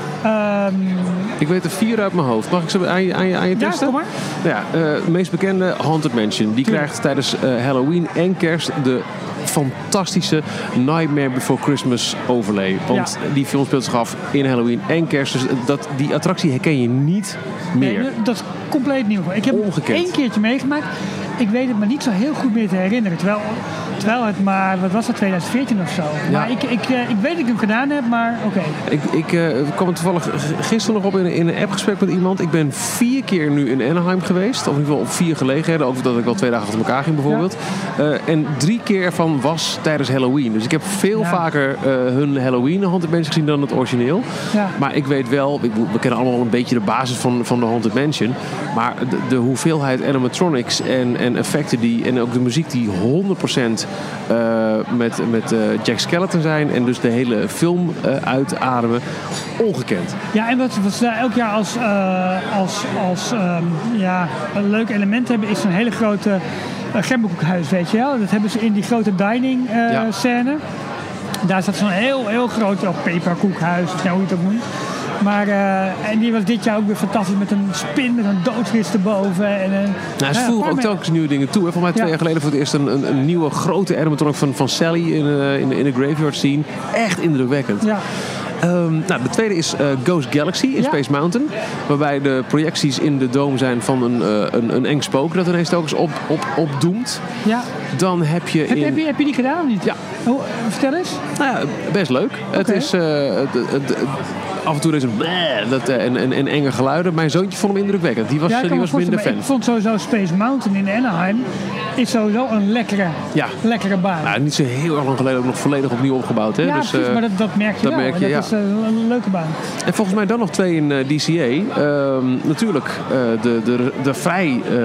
Um, ik weet er vier uit mijn hoofd. Mag ik ze aan je, aan je, aan je testen? Ja, kom maar. Ja, uh, de meest bekende Haunted Mansion. Die Tuurlijk. krijgt tijdens uh, Halloween en kerst de fantastische Nightmare Before Christmas overlay. Want ja. die film speelt zich af in Halloween en kerst. Dus dat, die attractie herken je niet meer. Nee, dat is compleet nieuw. Ik heb het één keertje meegemaakt. Ik weet het me niet zo heel goed meer te herinneren. Terwijl, terwijl het maar, wat was dat, twintig veertien of zo. Ja. Maar ik, ik, ik weet dat ik hem gedaan heb, maar oké. Okay. Ik, ik uh, kwam er toevallig gisteren nog op in, in een appgesprek met iemand. Ik ben vier keer nu in Anaheim geweest. Of in ieder geval op vier gelegenheden. Ook dat ik wel twee dagen achter elkaar ging bijvoorbeeld. Ja. Uh, en drie keer ervan was tijdens Halloween. Dus ik heb veel ja. vaker uh, hun Halloween Haunted Mansion gezien dan het origineel. Ja. Maar ik weet wel, ik, we kennen allemaal een beetje de basis van, van de Haunted Mansion. Maar de, de hoeveelheid animatronics en, en effecten die, en ook de muziek die honderd procent uh, met, met uh, Jack Skellington zijn. En dus de hele film uh, uitademen. Ongekend. Ja, en wat, wat ze daar elk jaar als, uh, als, als um, ja, een leuk element hebben, is een hele grote uh, gemberkoekhuis, weet je wel. Dat hebben ze in die grote dining uh, ja. scène. Daar staat zo'n heel, heel groot oh, peperkoekhuis, of nou, hoe je het ook noemt. Maar uh, en die was dit jaar ook weer fantastisch met een spin, met een doodvis erboven. En een, nou, ze voegen ook telkens nieuwe dingen toe. Hè. Volgens mij twee ja. jaar geleden voor het eerst een, een, een nieuwe grote animatronic van, van Sally in, uh, in, in de graveyard scene. Echt indrukwekkend. Ja. Um, nou, de tweede is uh, Ghost Galaxy in ja. Space Mountain. Waarbij de projecties in de dome zijn van een, uh, een, een eng spook dat ineens telkens op, op, opdoemt. Ja. Dan heb je, heb, in... heb, je... Heb je die gedaan of niet? Ja. Oh, vertel eens. Nou ja, best leuk. Okay. Het is... Uh, de, de, de, af en toe is een bleh, dat, uh, en, en, en enge geluiden. Mijn zoontje vond hem indrukwekkend. Die was, ja, die was minder fan. Ik vond sowieso Space Mountain in Anaheim is sowieso een lekkere, ja. lekkere baan. Nou, niet zo heel erg lang geleden ook nog volledig opnieuw opgebouwd. Hè? Ja, dus, precies, uh, maar dat, dat merk je dat wel. Merk je, dat ja. is uh, een leuke baan. En volgens mij dan nog twee in uh, D C A. Uh, natuurlijk uh, de, de, de vrij uh,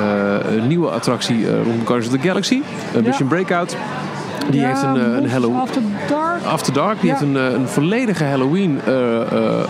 uh, nieuwe attractie uh, rond Guardians of the Galaxy. Uh, Mission ja. Breakout. Die ja, heeft een, een Halloween... After Dark. After Dark. Die ja. heeft een, een volledige Halloween uh, uh,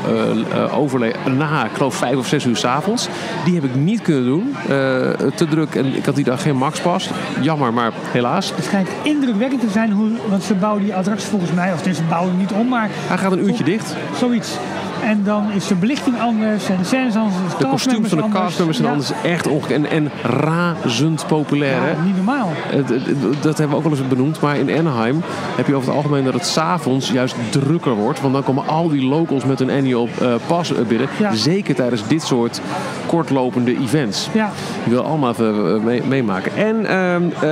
uh, overlay na, ik geloof, vijf of zes uur 's avonds. Die heb ik niet kunnen doen. Uh, te druk en ik had die dag geen maxpas. Jammer, maar helaas. Het schijnt indrukwekkend te zijn, hoe, want ze bouwen die attractie volgens mij, of ze bouwen niet om, maar... Hij gaat een uurtje dicht. Zoiets. En dan is de belichting anders en de scènes anders. De kostuums van de castmembers zijn ja. anders. Echt ongekend. En, en razend populair. Ja, hè? niet normaal. Dat hebben we ook al eens benoemd. Maar in Anaheim heb je over het algemeen dat het 's avonds juist drukker wordt. Want dan komen al die locals met een annual uh, pass binnen. Ja. Zeker tijdens dit soort kortlopende events. Ja. Die wil allemaal even mee, meemaken. En uh, uh, uh,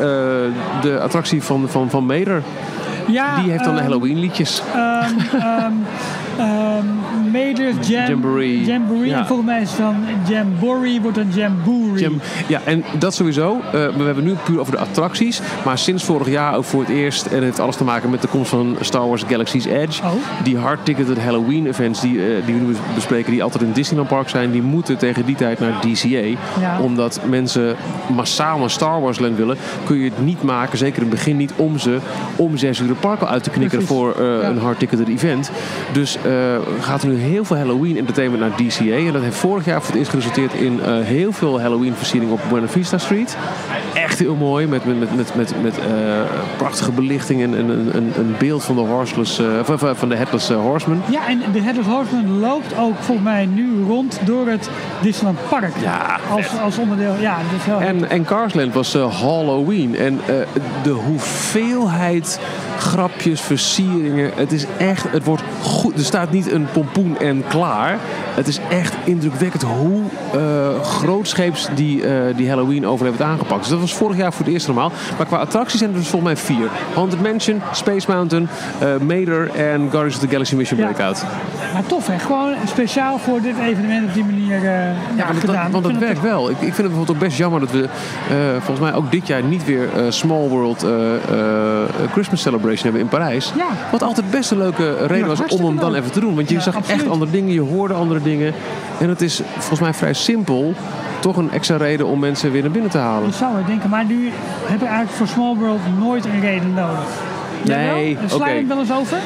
de attractie van, van, van Mater. Ja, die heeft dan um, de Halloween liedjes. Um, um, um, Mater's Jam, Jamboree. Jamboree. Ja. En volgens mij is het dan Jamboree, wordt een Jamboree. Jam, ja, en dat sowieso. Uh, we hebben nu puur over de attracties. Maar sinds vorig jaar ook voor het eerst. En het heeft alles te maken met de komst van Star Wars Galaxy's Edge. Oh. Die hard-ticketed Halloween events die, uh, die we nu bespreken. Die altijd in Disneyland Park zijn. Die moeten tegen die tijd naar D C A. Ja. Omdat mensen massaal naar Star Wars Land willen. Kun je het niet maken. Zeker in het begin niet. Om ze om zes uur de park al uit te knikkeren. Precies. Voor uh, ja. een hard-ticketed event. Dus uh, gaat er nu heel veel Halloween entertainment naar D C A. En dat heeft vorig jaar voor het eerst geresulteerd in uh, heel veel Halloween versiering op Buena Vista Street. Echt heel mooi. Met, met, met, met, met uh, prachtige belichting en een, een, een beeld van de horseless, uh, van, van de Headless uh, Horseman. Ja, en de Headless Horseman loopt ook volgens mij nu rond door het Disneyland Park. Ja, als, als onderdeel. Ja, dat is heel En, en Carsland was uh, Halloween. En uh, de hoeveelheid grapjes, versieringen. Het is echt, het wordt goed. Er staat niet een pompoen en klaar. Het is echt indrukwekkend hoe uh, grootscheeps die, uh, die Halloween overleef heeft aangepakt. Dus dat was vorig jaar voor het eerst normaal. Maar qua attracties zijn er dus volgens mij vier. Haunted Mansion, Space Mountain, uh, Mater en Guardians of the Galaxy Mission Ja. Breakout. Maar tof hè, gewoon speciaal voor dit evenement op die manier uh, ja, Ja, want gedaan. dat, want dat Ik vind werkt het wel. Ik, ik vind het bijvoorbeeld ook best jammer dat we uh, volgens mij ook dit jaar niet weer uh, Small World uh, uh, Christmas Celebration hebben in Parijs. Ja. Wat altijd best een leuke reden Ja, was om hartstikke hem dan leuk. even te doen. Want je Ja, zag absoluut. echt andere dingen, je hoorde andere dingen. En het is volgens mij vrij simpel. Toch een extra reden om mensen weer naar binnen te halen. Je zou het denken, maar nu heb je eigenlijk voor Small World nooit een reden nodig. Jij Nee, wel? Sla je oké. het wel eens over?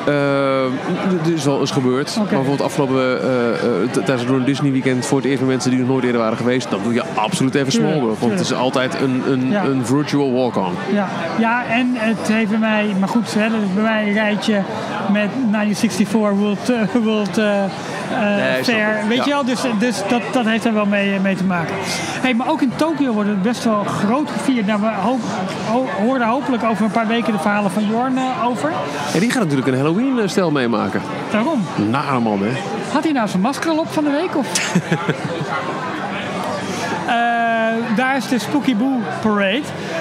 Uh, dit is wel eens gebeurd. Okay. Maar bijvoorbeeld afgelopen uh, uh, t- tijdens het Disney weekend voor het eerst met mensen die nog nooit eerder waren geweest, dan doe je absoluut even Small World. Want het is altijd een, een, Ja. een virtual walk-on. Ja. ja, en het heeft bij mij, maar goed, hè, dat is bij mij een rijtje met negentien zesenzestig World, uh, World uh, Nee, snap Fair. ik. Weet Ja. je wel, dus, dus dat, dat heeft er wel mee, mee te maken. Hey, maar ook in Tokio wordt het best wel groot gevierd. Nou, we hoop, ho, hoorden hopelijk over een paar weken de verhalen van Jorn uh, over. En die gaat natuurlijk een Halloween-stel meemaken. Daarom. Nare man, hè? Had hij nou zijn masker al op van de week? Of? uh, daar is de Spooky Boo Parade.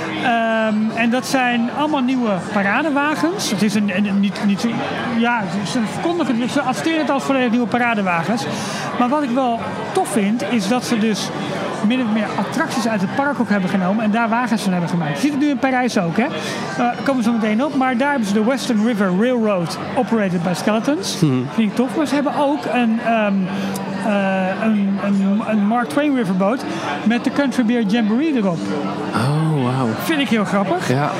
Um, en dat zijn allemaal nieuwe paradewagens. Het is een, een niet, niet, ja, ze verkondigen, ze adverteren het als volledig nieuwe paradewagens. Maar wat ik wel tof vind, is dat ze dus min of meer attracties uit het park ook hebben genomen en daar wagens van hebben gemaakt. Je ziet het nu in Parijs ook, hè? Uh, komen we zo meteen op. Maar daar hebben ze de Western River Railroad, operated by Skeletons. Mm-hmm. Vind ik tof. Maar ze hebben ook een, um, uh, een, een, een Mark Twain Riverboat met de Country Beer Jamboree erop. Oh, wauw. Vind ik heel grappig. Ja.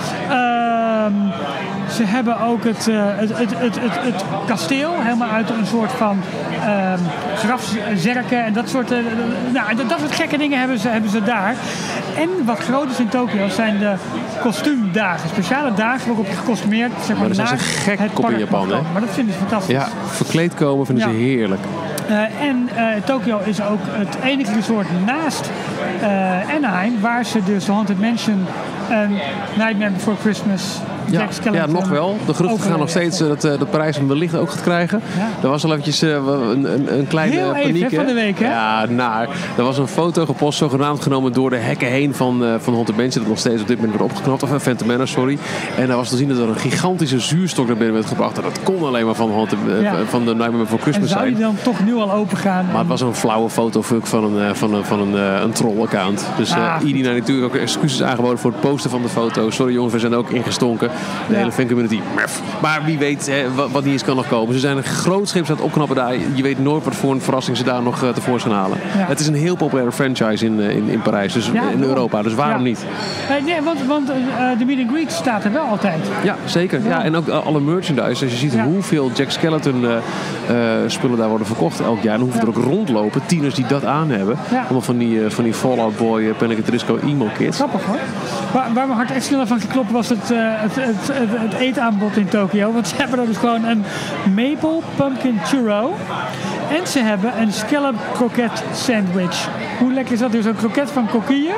Um, ze hebben ook het, uh, het, het, het, het, het kasteel helemaal uit een soort van um, grafzerken en dat soort, uh, nou, dat, dat soort gekke dingen hebben ze, hebben ze daar. En wat groot is in Tokio zijn de kostuumdagen. Speciale dagen waarop je gekostumeerd zeg maar, Maar daar zijn naar ze gek het op in park Japan, mag hè? komen. Maar dat vinden ze fantastisch. Ja, verkleed komen vinden Ja. ze heerlijk. Uh, en uh, Tokio is ook het enige resort naast uh, Anaheim waar ze dus de Haunted Mansion en Nightmare Before Christmas Ja, Jack Skellington ja, nog wel. De geruchten gaan nog overleven. steeds uh, dat, uh, dat Parijs hem wellicht ook gaat krijgen. Ja. Er was al eventjes uh, een, een, een kleine Heel even, paniek. hè, van de week, hè? Ja, naar. Er was een foto gepost, zogenaamd genomen door de hekken heen van, uh, van Haunted Mansion. Dat nog steeds op dit moment wordt opgeknapt. Of uh, Phantom Manor, sorry. En daar was te zien dat er een gigantische zuurstok naar binnen werd gebracht. En dat kon alleen maar van, Haunted, uh, Ja. van de Nightmare Before En Christmas zou die zijn. dan toch nu al open gaan? Maar het was een flauwe fotofuck van een, uh, van een, van een, uh, een troll-account. Dus uh, Ah, goed. Edie heeft natuurlijk ook excuses aangeboden voor het posten van de foto. Sorry jongens, we zijn ook ingestonken. De Ja. hele fancommunity. Maar wie weet hè, wat, wat niet eens kan nog komen. Ze zijn een grootscheeps aan het opknappen daar. Je weet nooit wat voor een verrassing ze daar nog uh, tevoorschijn halen. Ja. Het is een heel populaire franchise in, uh, in, in Parijs. Dus Ja, in daarom. Europa. Dus waarom Ja. niet? Nee, nee, want, want uh, de meet and greet staat er wel altijd. Ja, zeker. Ja. Ja. en ook alle merchandise. Als je ziet Ja. hoeveel Jack Skellington uh, uh, spullen daar worden verkocht elk jaar. Dan hoeven Ja. er ook rondlopen. Tieners die dat aan hebben. Ja. Allemaal van die, uh, van die Fallout Boy, uh, Panic at the Disco emo kids. Grappig hoor. Waar, waar mijn hart echt sneller van geklopt was het, uh, het, het, het, het eetaanbod in Tokio. Want ze hebben er dus gewoon een maple pumpkin churro. En ze hebben een scallop croquette sandwich. Hoe lekker is dat? Dus een kroket van coquille.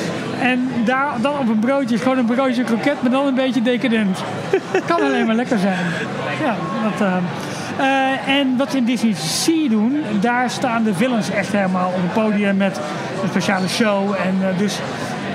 En daar dan op een broodje, gewoon een broodje kroket, maar dan een beetje decadent. Kan alleen maar lekker zijn. Ja, dat... Uh, Uh, en wat ze in Disney Sea doen, daar staan de villains echt helemaal op het podium met een speciale show. En uh, dus um,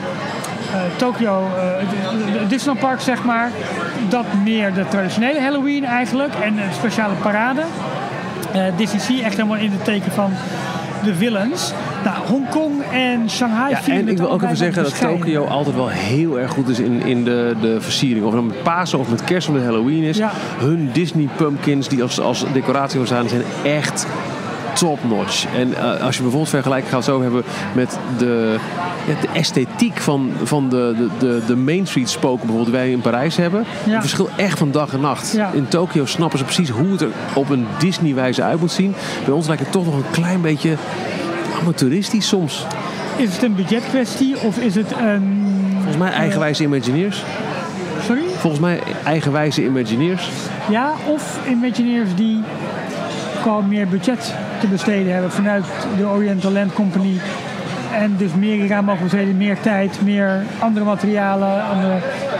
uh, Tokyo, uh, het Disneypark zeg maar, dat meer de traditionele Halloween eigenlijk en een speciale parade. Uh, Disney Sea echt helemaal in het teken van de villains. Nou, Hongkong en Shanghai. Ja, en ik wil ook even zeggen dat Tokio altijd wel heel erg goed is in, in de, de versiering. Of het nou met Pasen of met Kerst of met Halloween is. Ja. Hun Disney pumpkins die als, als decoratie staan zijn echt top-notch. En uh, als je bijvoorbeeld vergelijking gaat zo hebben met de, ja, de esthetiek van, van de, de, de, de Main Street spoken bijvoorbeeld die wij in Parijs hebben. Ja. Het verschil echt van dag en nacht. Ja. In Tokio snappen ze precies hoe het er op een Disney-wijze uit moet zien. Bij ons lijkt het toch nog een klein beetje amateuristisch soms. Is het een budgetkwestie of is het een... Volgens mij eigenwijze Imagineers. Sorry? Volgens mij eigenwijze Imagineers. Ja, of Imagineers die gewoon meer budget te besteden hebben vanuit de Oriental Land Company. En dus meer hieraan mogen besteden, meer tijd, meer andere materialen, andere...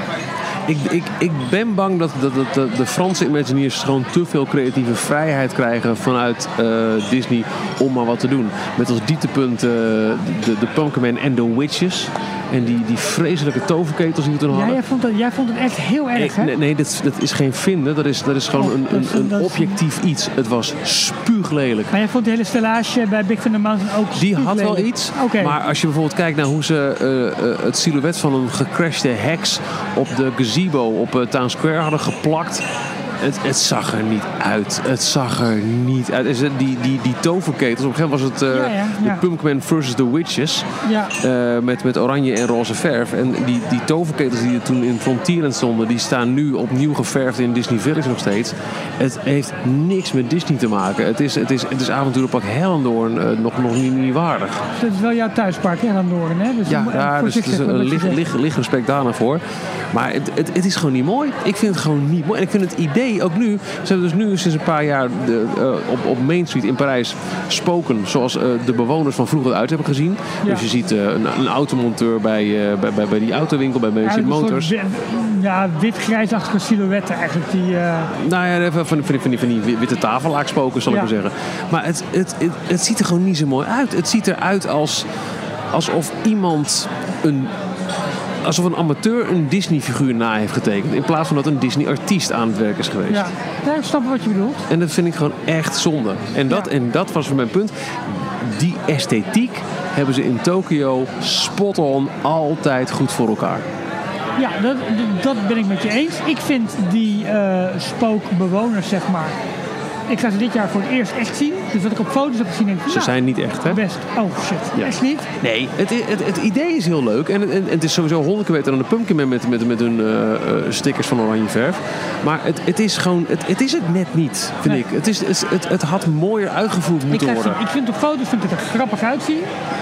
Ik, ik, ik ben bang dat, dat, dat de, de Franse Imagineers gewoon te veel creatieve vrijheid krijgen vanuit uh, Disney om maar wat te doen. Met als dieptepunt uh, de, de Pumpkin Man en de Witches. En die, die vreselijke toverketels die we toen hadden. Ja, jij vond het, jij vond het echt heel erg, hè? Nee, nee dat, dat is geen vinden. Dat is, dat is gewoon oh, een, een, een dat objectief is... iets. Het was spuuglelijk. Maar jij vond de hele stellage bij Big Thunder Mountain ook Die had wel iets. Okay. Maar als je bijvoorbeeld kijkt naar hoe ze uh, uh, het silhouet van een gecrashte heks op de gazebo op uh, Town Square hadden geplakt. Het, het zag er niet uit. Het zag er niet uit. Die, die, die toverketels. Op een gegeven moment was het uh, ja, ja, ja. de Pumpkin versus the Witches. Ja. Uh, met, met oranje en roze verf. En die, die toverketels die er toen in Frontierland stonden, die staan nu opnieuw geverfd in Disney Village nog steeds. Het heeft niks met Disney te maken. Het is, het is, het is avonturenpark Hellendoorn uh, nog, nog niet, niet waardig. Het is wel jouw thuispark, Hellendoorn, hè? Dus ja, ja dus, dus een licht, licht, licht respect daarna voor. Maar het, het, het is gewoon niet mooi. Ik vind het gewoon niet mooi. En ik vind het idee ook nu, ze hebben dus nu sinds een paar jaar de, uh, op, op Main Street in Parijs spoken zoals uh, de bewoners van vroeger uit hebben gezien. Ja. Dus je ziet uh, een, een automonteur bij, uh, bij, bij, bij die autowinkel, bij Main Street Motors. Soort, ja, wit-grijsachtige silhouetten eigenlijk. Die, uh... Nou ja, van, van, van, van, die, van die witte tafellaak spoken, zal ja. ik maar zeggen. Maar het, het, het, het ziet er gewoon niet zo mooi uit. Het ziet eruit als, alsof iemand een... alsof een amateur een Disney-figuur na heeft getekend. In plaats van dat een Disney-artiest aan het werk is geweest. Ja, ja ik snap wat je bedoelt. En dat vind ik gewoon echt zonde. En dat, ja. en dat was voor mijn punt. Die esthetiek hebben ze in Tokio spot-on altijd goed voor elkaar. Ja, dat, dat ben ik met je eens. Ik vind die uh, spookbewoners, zeg maar... Ik ga ze dit jaar voor het eerst echt zien. Dus wat ik op foto's heb gezien, denk ik... Ze nou, zijn niet echt, hè? Best. Oh, shit. Ja. Echt niet? Nee, het, het, het idee is heel leuk. En, en, en het is sowieso honderd keer beter dan de Pumpkin Man met, met, met hun uh, stickers van oranje verf. Maar het, het is gewoon... Het, het is het net niet, vind nee. ik. Het, is, het, het, het had mooier uitgevoerd moeten ik worden. Zien, ik vind op foto's vind ik het er grappig uitzien.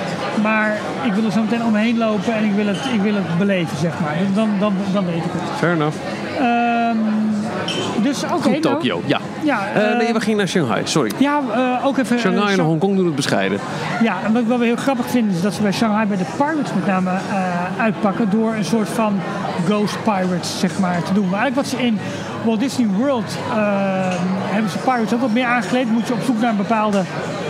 Maar ik wil er zo meteen omheen lopen en ik wil het, ik wil het beleven, zeg maar. Dan, dan, dan weet ik het. Fair enough. Um, dus oké. Okay, nou, Tokio, ja. ja uh, uh, nee, we gingen naar Shanghai, sorry. Ja, uh, ook even... Shanghai uh, en Shang- Hongkong doen het bescheiden. Ja, en wat ik wel weer heel grappig vind is dat ze bij Shanghai bij de Pirates met name uh, uitpakken door een soort van Ghost Pirates, zeg maar, te doen. Maar eigenlijk wat ze in Walt Disney World uh, hebben ze Pirates ook wat meer aangekleed. Moet je op zoek naar een bepaalde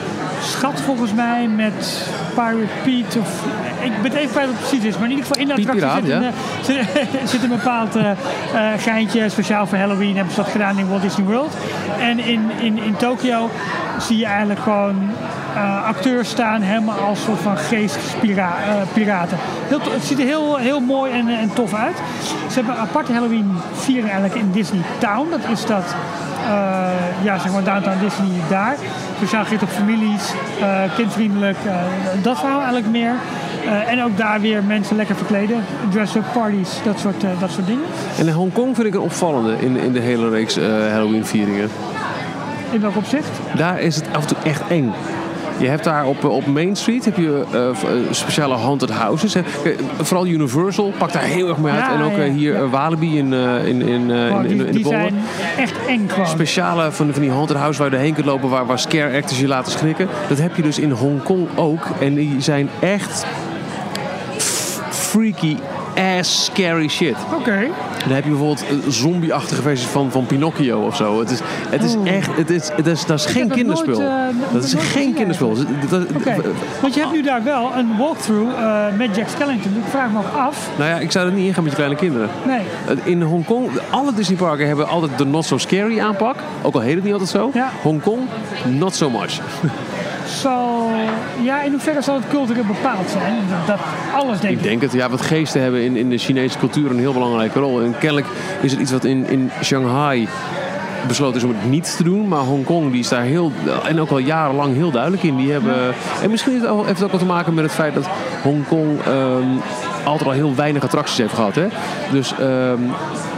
schat volgens mij met Pirate Pete of... Ik ben even kwijt wat het precies is, maar in ieder geval in de attractie Piraat, zit, een, ja. zit, zit een bepaald uh, uh, geintje. Speciaal voor Halloween hebben ze dat gedaan in Walt Disney World. En in, in, in Tokio zie je eigenlijk gewoon uh, acteurs staan helemaal als soort van geestpiraten. Uh, het ziet er heel, heel mooi en, en tof uit. Ze hebben een aparte Halloween viering eigenlijk in Disney Town. Dat is dat... Uh, ja, zeg maar Downtown Disney daar. Speciaal gericht op families, uh, kindvriendelijk, uh, dat verhaal eigenlijk meer. Uh, en ook daar weer mensen lekker verkleden. Dress-up parties, dat soort, uh, dat soort dingen. En in Hongkong vind ik een opvallende in, in de hele reeks uh, Halloween vieringen. In welk opzicht? Daar is het af en toe echt eng. Je hebt daar op, op Main Street heb je uh, speciale haunted houses. Hè. Vooral Universal pakt daar heel erg mee uit. Ja, en ook ja, uh, hier ja. uh, Walibi in, uh, in, in, uh, Wow, in, in, die in die de Bollen. zijn echt eng gewoon. Speciale van, van die haunted house waar je doorheen kunt lopen, waar, waar scare actors je laten schrikken. Dat heb je dus in Hongkong ook. En die zijn echt f- freaky ass scary shit. Oké. Okay. Dan heb je bijvoorbeeld zombie-achtige versies van, van Pinocchio of zo. Het is, het is oh. echt, het is, het is, dat is Ik geen heb kinderspel. Nooit, uh, dat is geen kinderspel. Oké, okay. Want je hebt nu daar wel een walkthrough uh, met Jack Skellington. Ik vraag me ook af. Nou ja, ik zou er niet ingaan met je kleine kinderen. Nee. In Hongkong, alle Disneyparken hebben altijd de not so scary aanpak. Ook al heet het niet altijd zo. Ja. Hongkong, not so much. Zo, ja, in hoeverre zal het cultureel bepaald zijn? Dat, dat alles denk ik. Ik denk het. Ja, wat geesten hebben in, in de Chinese cultuur een heel belangrijke rol. En kennelijk is het iets wat in, in Shanghai besloten is om het niet te doen. Maar Hongkong die is daar heel, en ook al jarenlang heel duidelijk in. Die hebben, ja. En misschien heeft het, ook, heeft het ook wat te maken met het feit dat Hongkong um, altijd al heel weinig attracties heeft gehad. Hè? Dus um,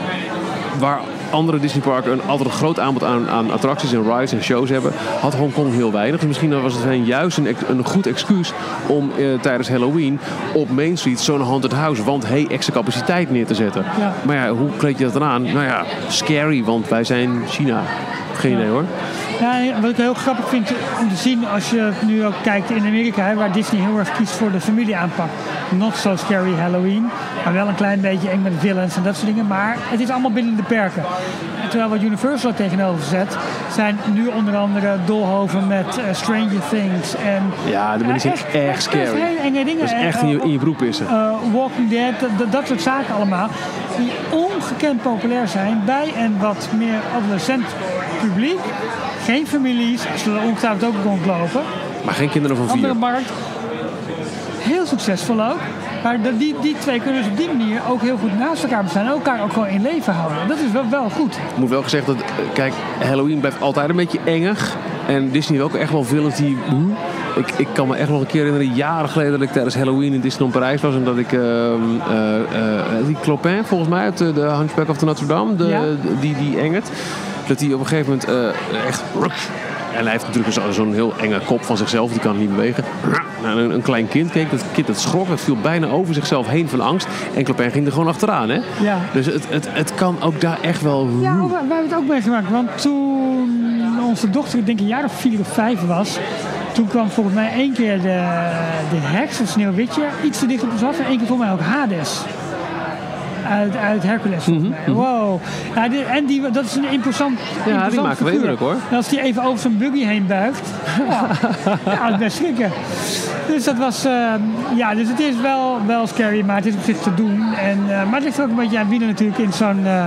waar andere Disneyparken een altijd een groot aanbod aan, aan attracties en rides en shows hebben, had Hongkong heel weinig. Dus misschien was het juist een, een goed excuus om eh, tijdens Halloween op Main Street zo'n haunted house, want hey, extra capaciteit neer te zetten. Ja. Maar ja, hoe kleed je dat dan aan? Nou ja, scary, want wij zijn China. Geen idee hoor. Ja, wat ik heel grappig vind om te zien als je nu ook kijkt in Amerika, hè, waar Disney heel erg kiest voor de familieaanpak. Not so scary Halloween, maar wel een klein beetje eng met villains en dat soort dingen. Maar het is allemaal binnen de perken. Terwijl wat Universal er tegenover zet, zijn nu onder andere doolhoven met uh, Stranger Things. En, ja, de mensen zijn echt, echt scary. Echt hele enge dingen. Dat is echt in je, in je broek pissen. Uh, Walking Dead, dat, dat soort zaken allemaal. Die ongekend populair zijn bij een wat meer adolescent publiek. Geen families, zullen ongetwijfeld ook rondlopen. Maar geen kinderen van vier. Andere markt. Heel succesvol ook. Maar die, die twee kunnen dus op die manier ook heel goed naast elkaar bestaan. En elkaar ook gewoon in leven houden. Dat is wel, wel goed. Ik moet wel gezegd dat, kijk, Halloween blijft altijd een beetje engig. En Disney heeft ook echt wel villains die... Ik, ik kan me echt nog een keer herinneren, jaren geleden, dat ik tijdens Halloween in Disneyland Parijs was. En dat ik, uh, uh, uh, die Clopin volgens mij, uit de Hunchback of Notre Dame, de, ja. die, die engert. Dat hij op een gegeven moment uh, echt... En hij heeft natuurlijk zo, zo'n heel enge kop van zichzelf, die kan niet bewegen. Nou, een, een klein kind keek, dat kind dat schrok, dat viel bijna over zichzelf heen van angst. En Clopin ging er gewoon achteraan, hè? Ja. Dus het, het, het kan ook daar echt wel... Ja, wij, wij hebben het ook meegemaakt, want toen onze dochter, ik denk een jaar of vier of vijf was, toen kwam volgens mij één keer de, de heks, een Sneeuwwitje, iets te dicht op ons af. En één keer voor mij ook Hades. Uit, uit Hercules, volgens mij. Mm-hmm. Wow. Ja, die, en die, dat is een imposant Ja, imposant die maken we indruk, hoor. En als die even over zijn buggy heen buigt, ja, ja, dat is best schrikken. Dus dat was, uh, ja, dus het is wel, wel scary, maar het is op zich te doen. En, uh, maar het ligt ook een beetje aan wielen natuurlijk in zo'n... Uh,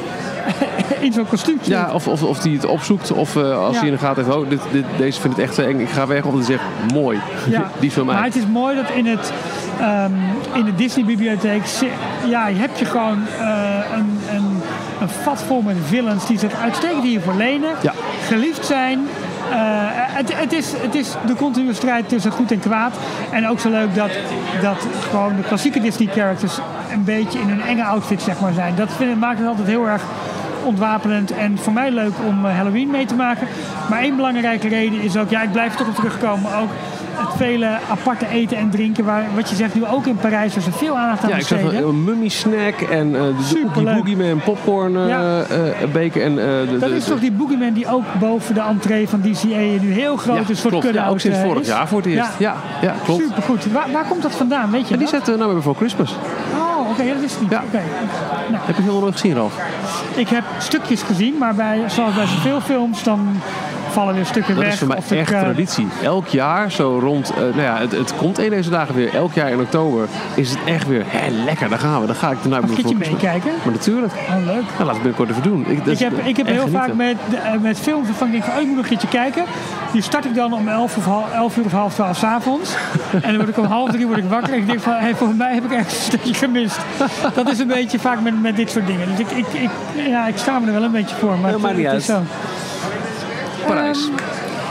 in zo'n kostuumtje. Ja, of, of, of die het opzoekt. Of uh, als ja. hij in de gaten heeft, oh, dit, dit, deze vindt het echt eng. Ik ga weg. Of hij zegt, mooi. Ja. Die film uit. Maar het is mooi dat in, het, um, in de Disney-bibliotheek... Ja, heb je gewoon uh, een, een, een vat vol met villains die zich uitstekend hiervoor lenen. Ja. Geliefd zijn. Uh, het, het, is, het is de continue strijd tussen goed en kwaad. En ook zo leuk dat, dat gewoon de klassieke Disney-characters een beetje in hun enge outfit zeg maar, zijn. Dat vind, maakt het altijd heel erg ontwapenend en voor mij leuk om Halloween mee te maken. Maar één belangrijke reden is ook, ja, ik blijf er toch op terugkomen, ook het vele aparte eten en drinken, waar, wat je zegt nu ook in Parijs, waar ze veel aandacht aan ja, besteden. Ja, ik zag een mummy snack en uh, de Oogie Boogieman popcorn uh, ja. uh, beker. En, uh, de, dat de, is toch die Boogieman die ook boven de entree van D C A nu heel groot ja, is voor klopt. het Ja, ook sinds uh, vorig jaar voor het eerst. Ja, ja, ja klopt. Supergoed. Waar, waar komt dat vandaan, weet je? En die zetten nou weer voor Christmas. Oh, oké, okay, dat is het niet. Ja. Okay. Nou. Heb je heel nooit gezien, Ralf? Ik heb stukjes gezien, maar bij, zoals bij zoveel films, dan vallen weer stukken dat weg. Dat is voor mij of echt ik, uh... traditie. Elk jaar, zo rond, uh, nou ja, het, het komt een deze dagen weer. Elk jaar in oktober is het echt weer, hé, lekker, daar gaan we. Dan ga ik ernaar. Mag je meekijken? Maar natuurlijk. Oh, leuk. Nou, laten we binnenkort even doen. Ik, ik heb, ik heb heel genieten. vaak met, uh, met films waarvan ik denk van, oh, ik moet nog een keertje kijken. Die start ik dan om elf, of half, elf uur of half twaalf 's avonds. En dan word ik om half drie word ik wakker. En ik denk van, hey, volgens mij heb ik echt een stukje gemist. Dat is een beetje vaak met, met dit soort dingen. Dus ik, ik, ik, ja, ik sta me er wel een beetje voor. Maar ja, het, niet het is zo. Parijs. Um,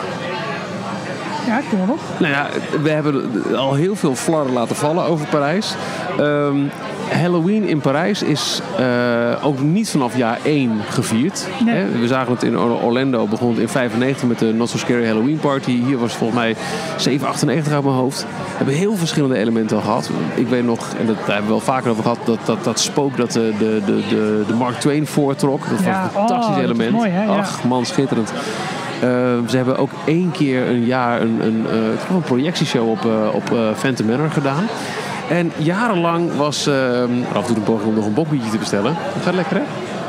Ja, kom op. Nou ja, we hebben al heel veel flarden laten vallen over Parijs. Um, Halloween in Parijs is uh, ook niet vanaf jaar één gevierd. Nee. Hè? We zagen het in Orlando, begon het in vijfennegentig met de Not So Scary Halloween Party. Hier was het volgens mij zeven achtennegentig uit mijn hoofd. We hebben heel verschillende elementen al gehad. Ik weet nog, en dat, daar hebben we wel vaker over gehad, dat, dat, dat spook dat de, de, de, de, de Mark Twain voortrok. Dat Ja, was een fantastisch oh, dat element. is mooi, hè? Ja. Ach man, schitterend. Uh, ze hebben ook één keer een jaar een, een, uh, een projectieshow op, uh, op uh, Phantom Manor gedaan. En jarenlang was uh, af en toe een poging om nog een bokbiertje te bestellen. Dat gaat lekker, hè?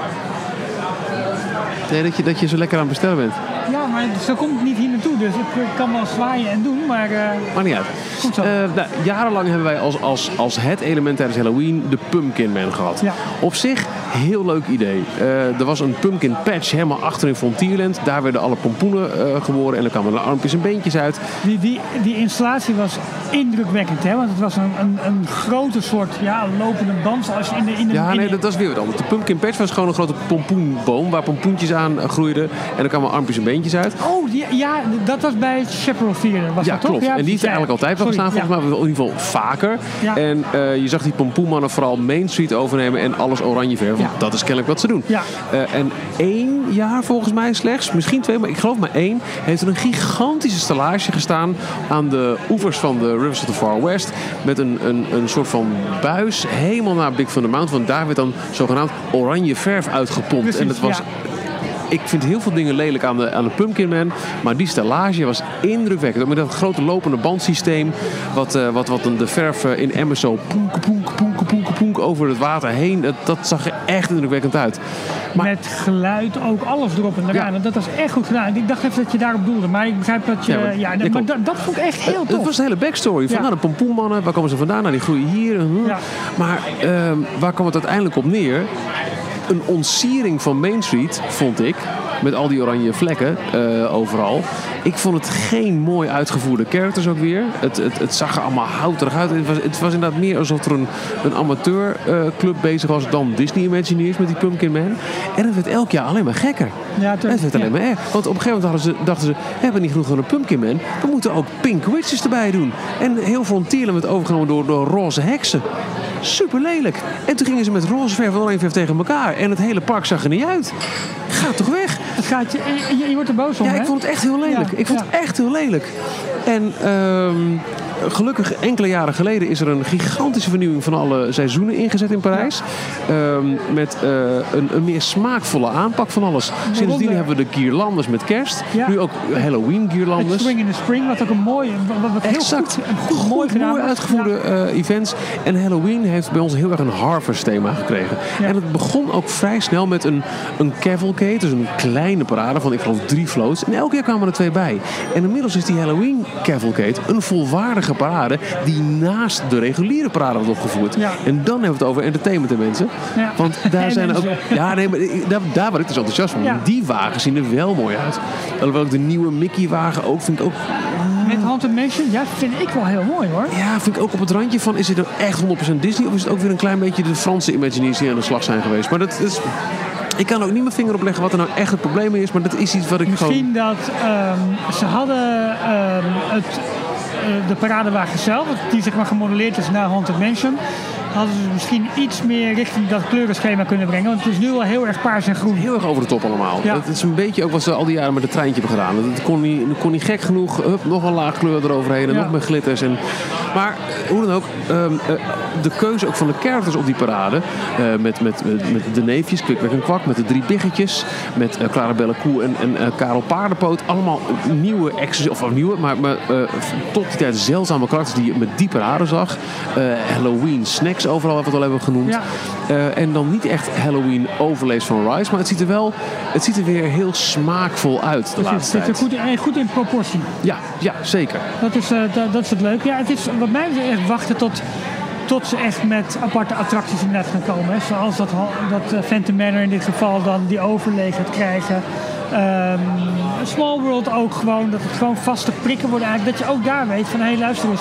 Nee, dat je, dat je zo lekker aan het bestellen bent. Ja, maar zo komt het niet hier naartoe. Dus ik kan wel zwaaien en doen, maar... Uh, Maakt niet uit. Goed zo. Uh, nou, jarenlang hebben wij als, als, als het element tijdens Halloween de Pumpkin Man gehad. Ja. Op zich, heel leuk idee. Uh, er was een pumpkin patch helemaal achter in Frontierland. Daar werden alle pompoenen uh, geboren en er kwamen de armpjes en beentjes uit. Die, die, die installatie was indrukwekkend, hè? Want het was een, een, een grote soort ja, lopende band. Zoals je in de, in de, Ja, in nee, de... dat, dat is weer wat anders. De pumpkin patch was gewoon een grote pompoenboom waar pompoentjes aan uh, groeiden. En er kwamen armpjes en beentjes uit. Oh, die, ja, dat was bij het Chaparral Theater. Was Ja, dat toch? klopt. Ja, en die heeft er ja, eigenlijk altijd wel sorry, gestaan, volgens ja. mij. In ieder geval vaker. Ja. En uh, je zag die pompoenmannen vooral Main Street overnemen en alles oranje verven. Ja. Dat is kennelijk wat ze doen. Ja. Uh, en één jaar volgens mij slechts, misschien twee, maar ik geloof maar één, heeft er een gigantische stallage gestaan aan de oevers van de Rivers of the Far West. Met een, een, een soort van buis helemaal naar Big Thunder Mountain. Want daar werd dan zogenaamd oranje verf uitgepompt. Precies, en het was... ja. Ik vind heel veel dingen lelijk aan de, aan de Pumpkin Man. Maar die stellage was indrukwekkend. Ook met dat grote lopende bandsysteem. Wat, uh, wat, wat de verf in emmers zo poenk, poenk, poenk, poenk, poenk over het water heen. Dat, dat zag er echt indrukwekkend uit. Maar, Met geluid ook, alles erop en eraan. Ja. En dat was echt goed gedaan. Ik dacht even dat je daarop doelde. Maar ik begrijp dat je... Ja, Ja, maar- ja, ja, maar klopt. dat, dat vond ik echt heel Het tof. was de hele backstory. Van Ja. nou, de pompoenmannen, waar komen ze vandaan? Nou, die groeien hier. Hm. Ja. Maar uh, waar kwam het uiteindelijk op neer? Een ontsiering van Main Street, vond ik. Met al die oranje vlekken uh, overal. Ik vond het geen mooi uitgevoerde characters ook weer. Het, het, het zag er allemaal houterig uit. Het was, het was inderdaad meer alsof er een, een amateurclub uh, bezig was dan Disney Imagineers met die Pumpkin Man. En het werd elk jaar alleen maar gekker. Ja, Het werd alleen ja. maar erg. Want op een gegeven moment hadden ze, dachten ze, we hebben niet genoeg van een Pumpkin Man. We moeten ook Pink Witches erbij doen. En heel Frontierland werd overgenomen door, door roze heksen. Super lelijk. En toen gingen ze met roze verf en oranje verf tegen elkaar. En het hele park zag er niet uit. Ga toch weg. Het gaat je, je, je wordt er boos om, Ja, hè? ik vond het echt heel lelijk. Ja, Ik vond ja. het echt heel lelijk. En ehm, gelukkig enkele jaren geleden is er een gigantische vernieuwing van alle seizoenen ingezet in Parijs. Ehm, met uh, een, een meer smaakvolle aanpak van alles. Sindsdien de- hebben we de guirlandes met kerst. Ja. Nu ook Halloween Het guirlandes. Swing in the Spring, wat ook een mooi, wat, wat heel Exact. goed, en goed, mooi gedaan mooi was. uitgevoerde uh, events. En Halloween heeft bij ons heel erg een Harvest thema gekregen. Ja. En het begon ook vrij snel met een, een cavalcade. Dus een kleine parade van, ik geloof, drie floats. En elke keer kwamen er twee bij. En inmiddels is die Halloween cavalcade een volwaardige parade die naast de reguliere parade wordt opgevoerd. Ja. En dan hebben we het over entertainment, mensen. Ja. Want daar En zijn er ook... mensen. Ja, nee, maar daar, daar word ik dus enthousiast van. Ja. Die wagens zien er wel mooi uit. Alhoewel ik de nieuwe Mickey-wagen ook vind ik ook... Met Haunted Mansion, ja, vind ik wel heel mooi, hoor. Ja, vind ik ook op het randje van, is het nou echt honderd procent Disney of is het ook weer een klein beetje de Franse Imagineers die aan de slag zijn geweest? Maar dat is... Ik kan ook niet mijn vinger opleggen wat er nou echt het probleem is, maar dat is iets wat ik Misschien gewoon... dat ehm, ze hadden ehm, het, eh, de paradewagen zelf, die zeg maar gemodelleerd is naar Haunted Mansion, hadden ze misschien iets meer richting dat kleurenschema kunnen brengen. Want het is nu al heel erg paars en groen. Heel erg over de top allemaal. Ja. Het is een beetje ook wat ze al die jaren met het treintje hebben gedaan. Het kon niet, het kon niet gek genoeg. Hup, nog een laag kleur eroverheen en Ja. nog meer glitters. En, maar hoe dan ook, um, uh, de keuze ook van de characters op die parade. Uh, met, met, met, met de neefjes, Kwik-Kwek en Kwak. Met de drie biggetjes. Met uh, Clarabelle Koe en, en uh, Karel Paardenpoot. Allemaal nieuwe extras, of nieuwe, maar, maar uh, tot die tijd zeldzame karakters die je met die parade zag. Uh, Halloween snacks overal, wat we al hebben genoemd. Ja. Uh, en dan niet echt Halloween overlays van Rise. Maar het ziet er wel, het ziet er weer heel smaakvol uit de Dus laatste het zit er tijd. goed in, goed in proportie. Ja, ja, zeker. Dat is, uh, dat, dat is het leuke. Ja, het is wat mij betreft echt wachten tot, tot ze echt met aparte attracties inderdaad gaan komen. Hè. Zoals dat, dat uh, Phantom Manor in dit geval dan die overlay gaat krijgen. Um, Small World ook gewoon, dat het gewoon vaste prikken worden eigenlijk. Dat je ook daar weet van, hé hey, luister eens,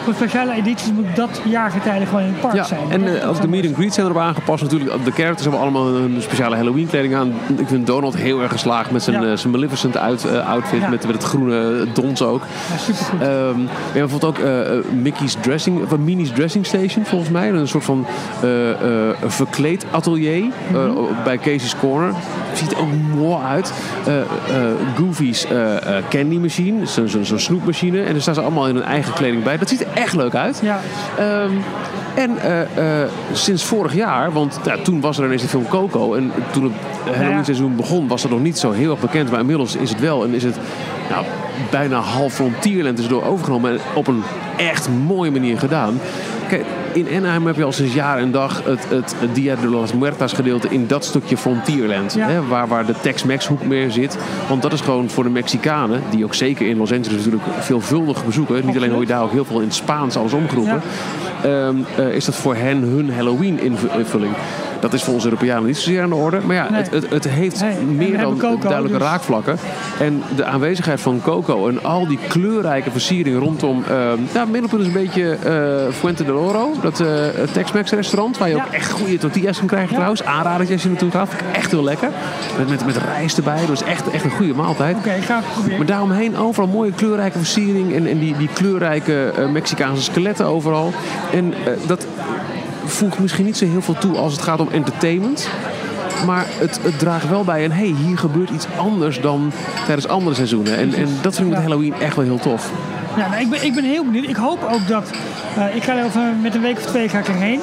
voor speciale edities moet dat jaargetijden gewoon in het park ja, zijn. En dat, uh, dat ook de meet and greet zijn erop aangepast. Natuurlijk, de characters hebben allemaal een speciale Halloween kleding aan. Ik vind Donald heel erg geslaagd met zijn, ja. uh, zijn Maleficent uit, uh, outfit. Ja. Met, met het groene dons ook. Ja, supergoed. Um, en bijvoorbeeld ook uh, Mickey's dressing, of Minnie's dressing station volgens mij. Een soort van uh, uh, verkleed atelier uh, mm-hmm. bij Casey's Corner. Ziet er ook mooi uit. Uh, uh, Goofy's uh, uh, candy machine, zo'n zo, zo snoepmachine. En daar staan ze allemaal in hun eigen kleding bij. Dat ziet er echt leuk uit. Ja. Um, en uh, uh, sinds vorig jaar, want ja, toen was er ineens de film Coco. En toen het Halloween seizoen begon, was dat nog niet zo heel erg bekend. Maar inmiddels is het wel. En is het nou, bijna half Frontierland is door overgenomen. En op een echt mooie manier gedaan. Kijk, in Anaheim heb je al sinds jaar en dag het, het, het Dia de los Muertos gedeelte in dat stukje Frontierland. Ja. Hè, waar, waar de Tex-Mex hoek meer zit. Want dat is gewoon voor de Mexicanen, die ook zeker in Los Angeles natuurlijk veelvuldig bezoeken. Niet alleen hoor je daar ook heel veel in het Spaans alles omgeroepen. Ja. Um, uh, is dat voor hen hun Halloween invulling. Dat is voor onze Europeanen niet zozeer aan de orde. Maar ja, nee. het, het, het heeft nee. meer dan Coco, duidelijke dus. raakvlakken. En de aanwezigheid van Coco en al die kleurrijke versieringen rondom... Uh, ja, middelpunt is een beetje uh, Fuente del Oro. Dat uh, Tex-Mex restaurant. Waar je ja. ook echt goede tortillas kan krijgen ja. trouwens. Aanradertjes als je naartoe gaat. Vind ik echt heel lekker. Met, met, met rijst erbij. Dat is echt, echt een goede maaltijd. Oké, okay, ik ga het proberen. Maar daaromheen overal mooie kleurrijke versiering. En, en die, die kleurrijke uh, Mexicaanse skeletten overal. En uh, dat... voegt misschien niet zo heel veel toe als het gaat om entertainment. Maar het, het draagt wel bij. En hey, hier gebeurt iets anders dan tijdens andere seizoenen. En, en dat vind ik met Halloween echt wel heel tof. Ja, nou, ik, ben, ik ben heel benieuwd. Ik hoop ook dat... Uh, ik ga er over met een week of twee ga ik erheen.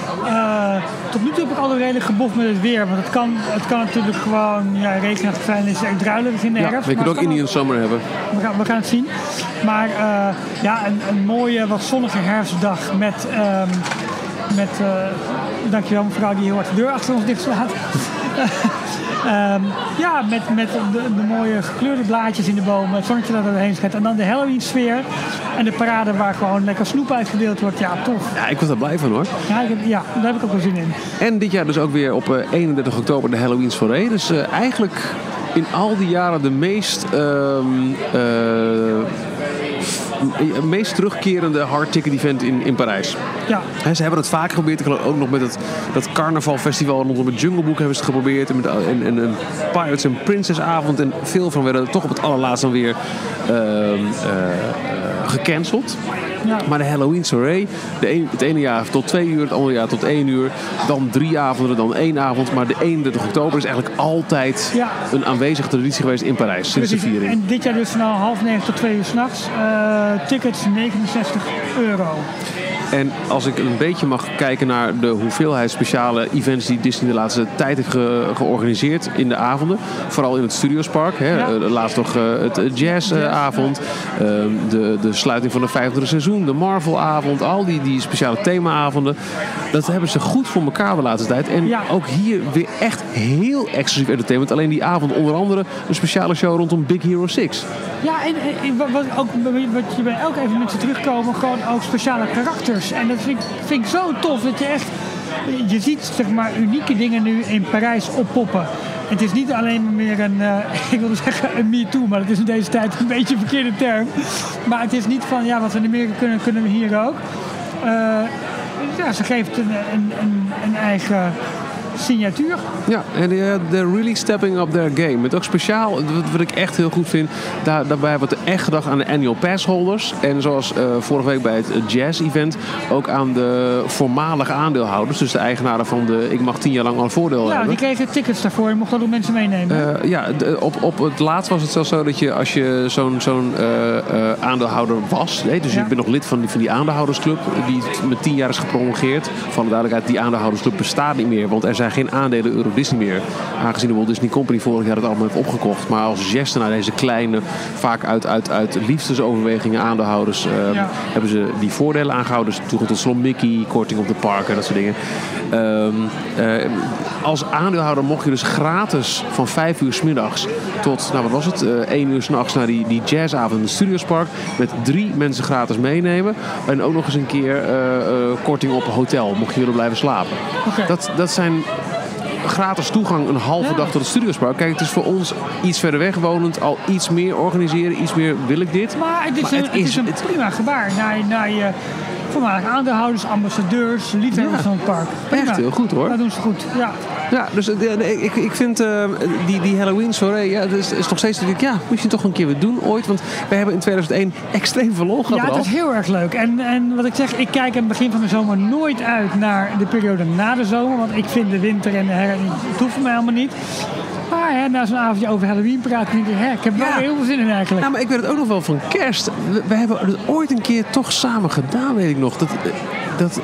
Uh, tot nu toe heb ik altijd redelijk geboft met het weer. Want het kan, het kan natuurlijk gewoon ja, regenachtig zijn. Het is echt druilerig in de ja, herfst. Maar je kunt ook Indian Summer hebben. We gaan, we gaan het zien. Maar uh, ja, een, een mooie, wat zonnige herfstdag met... Um, Met, uh, dankjewel mevrouw die heel hard de deur achter ons dichtslaat. um, ja, met, met de, de mooie gekleurde blaadjes in de bomen, het zonnetje dat er doorheen schijnt. En dan de Halloween sfeer en de parade waar gewoon lekker snoep uitgedeeld wordt. Ja, tof. Ja, ik was daar blij van hoor. Ja, ik heb, ja, daar heb ik ook wel zin in. En dit jaar dus ook weer op uh, eenendertig oktober de Halloween soirée. Dus uh, eigenlijk in al die jaren de meest... Um, uh, Het meest terugkerende hard-ticket event in, in Parijs. Ja. He, ze hebben het vaak geprobeerd. Ik geloof ook nog met het dat carnavalfestival rondom het Jungle Book hebben ze het geprobeerd. En, met, en, en een Pirates and Princess avond. En veel van werden toch op het allerlaatst dan weer uh, uh, uh, gecanceld. Ja. Maar de Halloween soirée, de een, het ene jaar tot twee uur, het andere jaar tot één uur. Dan drie avonden, dan één avond. Maar de eenendertig oktober is eigenlijk altijd ja. een aanwezige traditie geweest in Parijs. Sinds de viering. En dit jaar dus van half negen tot twee uur s'nachts. Uh, tickets negenenzestig euro. En als ik een beetje mag kijken naar de hoeveelheid speciale events die Disney de laatste tijd heeft ge- georganiseerd in de avonden. Vooral in het Studiospark. Hè. Ja. Uh, laatst nog uh, het jazzavond. Uh, uh, de, de sluiting van het vijftigste seizoen. De Marvelavond. Al die, die speciale themaavonden. Dat hebben ze goed voor elkaar de laatste tijd. En ja. ook hier weer echt heel exclusief entertainment. Alleen die avond onder andere een speciale show rondom Big Hero zes. Ja, en, en wat, ook, wat je bij elk evenement terugkomen, gewoon ook speciale karakters. En dat vind ik, vind ik zo tof dat je echt... Je ziet zeg maar unieke dingen nu in Parijs oppoppen. Het is niet alleen meer een... Uh, ik wilde zeggen een me too, maar dat is in deze tijd een beetje een verkeerde term. Maar het is niet van, ja, wat we in Amerika kunnen, kunnen we hier ook. Uh, ja, ze geeft een, een, een, een eigen... signatuur. Ja, en they're really stepping up their game. Met ook speciaal, wat ik echt heel goed vind, daar, daarbij hebben we het echt gedacht aan de annual pass holders. En zoals uh, vorige week bij het jazz event, ook aan de voormalige aandeelhouders. Dus de eigenaren van de, ik mag tien jaar lang al een voordeel ja, hebben. Die kregen tickets daarvoor en mochten ook mensen meenemen. Uh, ja, de, op, op het laatst was het zelfs zo dat je, als je zo'n, zo'n uh, uh, aandeelhouder was, nee, dus ja. je bent nog lid van die, van die aandeelhoudersclub, die met tien jaar is geprolongeerd. Van de duidelijkheid, die aandeelhoudersclub bestaat niet meer, want er zijn geen aandelen Euro Disney meer. Aangezien de Walt Disney Company vorig jaar het allemaal heeft opgekocht. Maar als geste naar deze kleine, vaak uit, uit, uit liefdesoverwegingen aandeelhouders, uh, ja. hebben ze die voordelen aangehouden. Dus toegang tot Slot Mickey, korting op de parken, dat soort dingen. Um, uh, als aandeelhouder mocht je dus gratis van vijf uur 's middags tot, nou wat was het, uh, één uur 's nachts naar die, die jazzavond in het Studiospark. Met drie mensen gratis meenemen. En ook nog eens een keer uh, uh, korting op hotel, mocht je willen blijven slapen. Okay. Dat, dat zijn gratis toegang een halve Ja. dag tot het Studiospark. Kijk, het is voor ons iets verder weg wonend, al iets meer organiseren, iets meer wil ik dit. Maar het is, Maar een, het het is is- een het- prima gebaar naar, naar je voormalige aandeelhouders, ambassadeurs, liefhebbers Ja. van het park. Prima. Echt heel goed, hoor. Dat doen ze goed, ja. Ja, dus uh, nee, ik, ik vind uh, die, die Halloween soirée, ja, dat is, is nog steeds dat ik, ja, misschien toch een keer weer doen ooit. Want wij hebben in tweeduizend één extreem veel lol gehad Ja, er al. het is heel erg leuk. En, en wat ik zeg, ik kijk aan het begin van de zomer nooit uit naar de periode na de zomer. Want ik vind de winter en de herfst, het hoeft voor mij helemaal niet. Maar hè, na zo'n avondje over Halloween praten, denk ik, hè, ik heb wel Ja. heel veel zin in eigenlijk. Nou, maar ik weet het ook nog wel van kerst. We, we hebben het ooit een keer toch samen gedaan, weet ik nog. Dat, dat,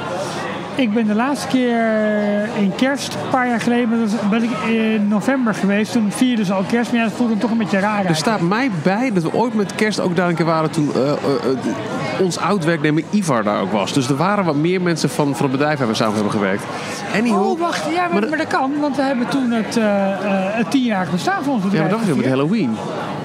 Ik ben de laatste keer in kerst, een paar jaar geleden, dat was- ben ik in november geweest. Toen vierden ze al kerst, maar ja, dat voelde hem toch een beetje raar er uit. staat mij bij dat we ooit met kerst ook daar een keer waren toen uh, uh, uh, ons oud-werknemer Ivar daar ook was. Dus er waren wat meer mensen van, van het bedrijf waar we samen hebben gewerkt. Anyhow, Oh, wacht. Ja, maar, Maar de- maar dat kan. Want we hebben toen het, uh, uh, het tienjarig bestaan van ons ja, bedrijf. maar dat was met gevierd. Halloween.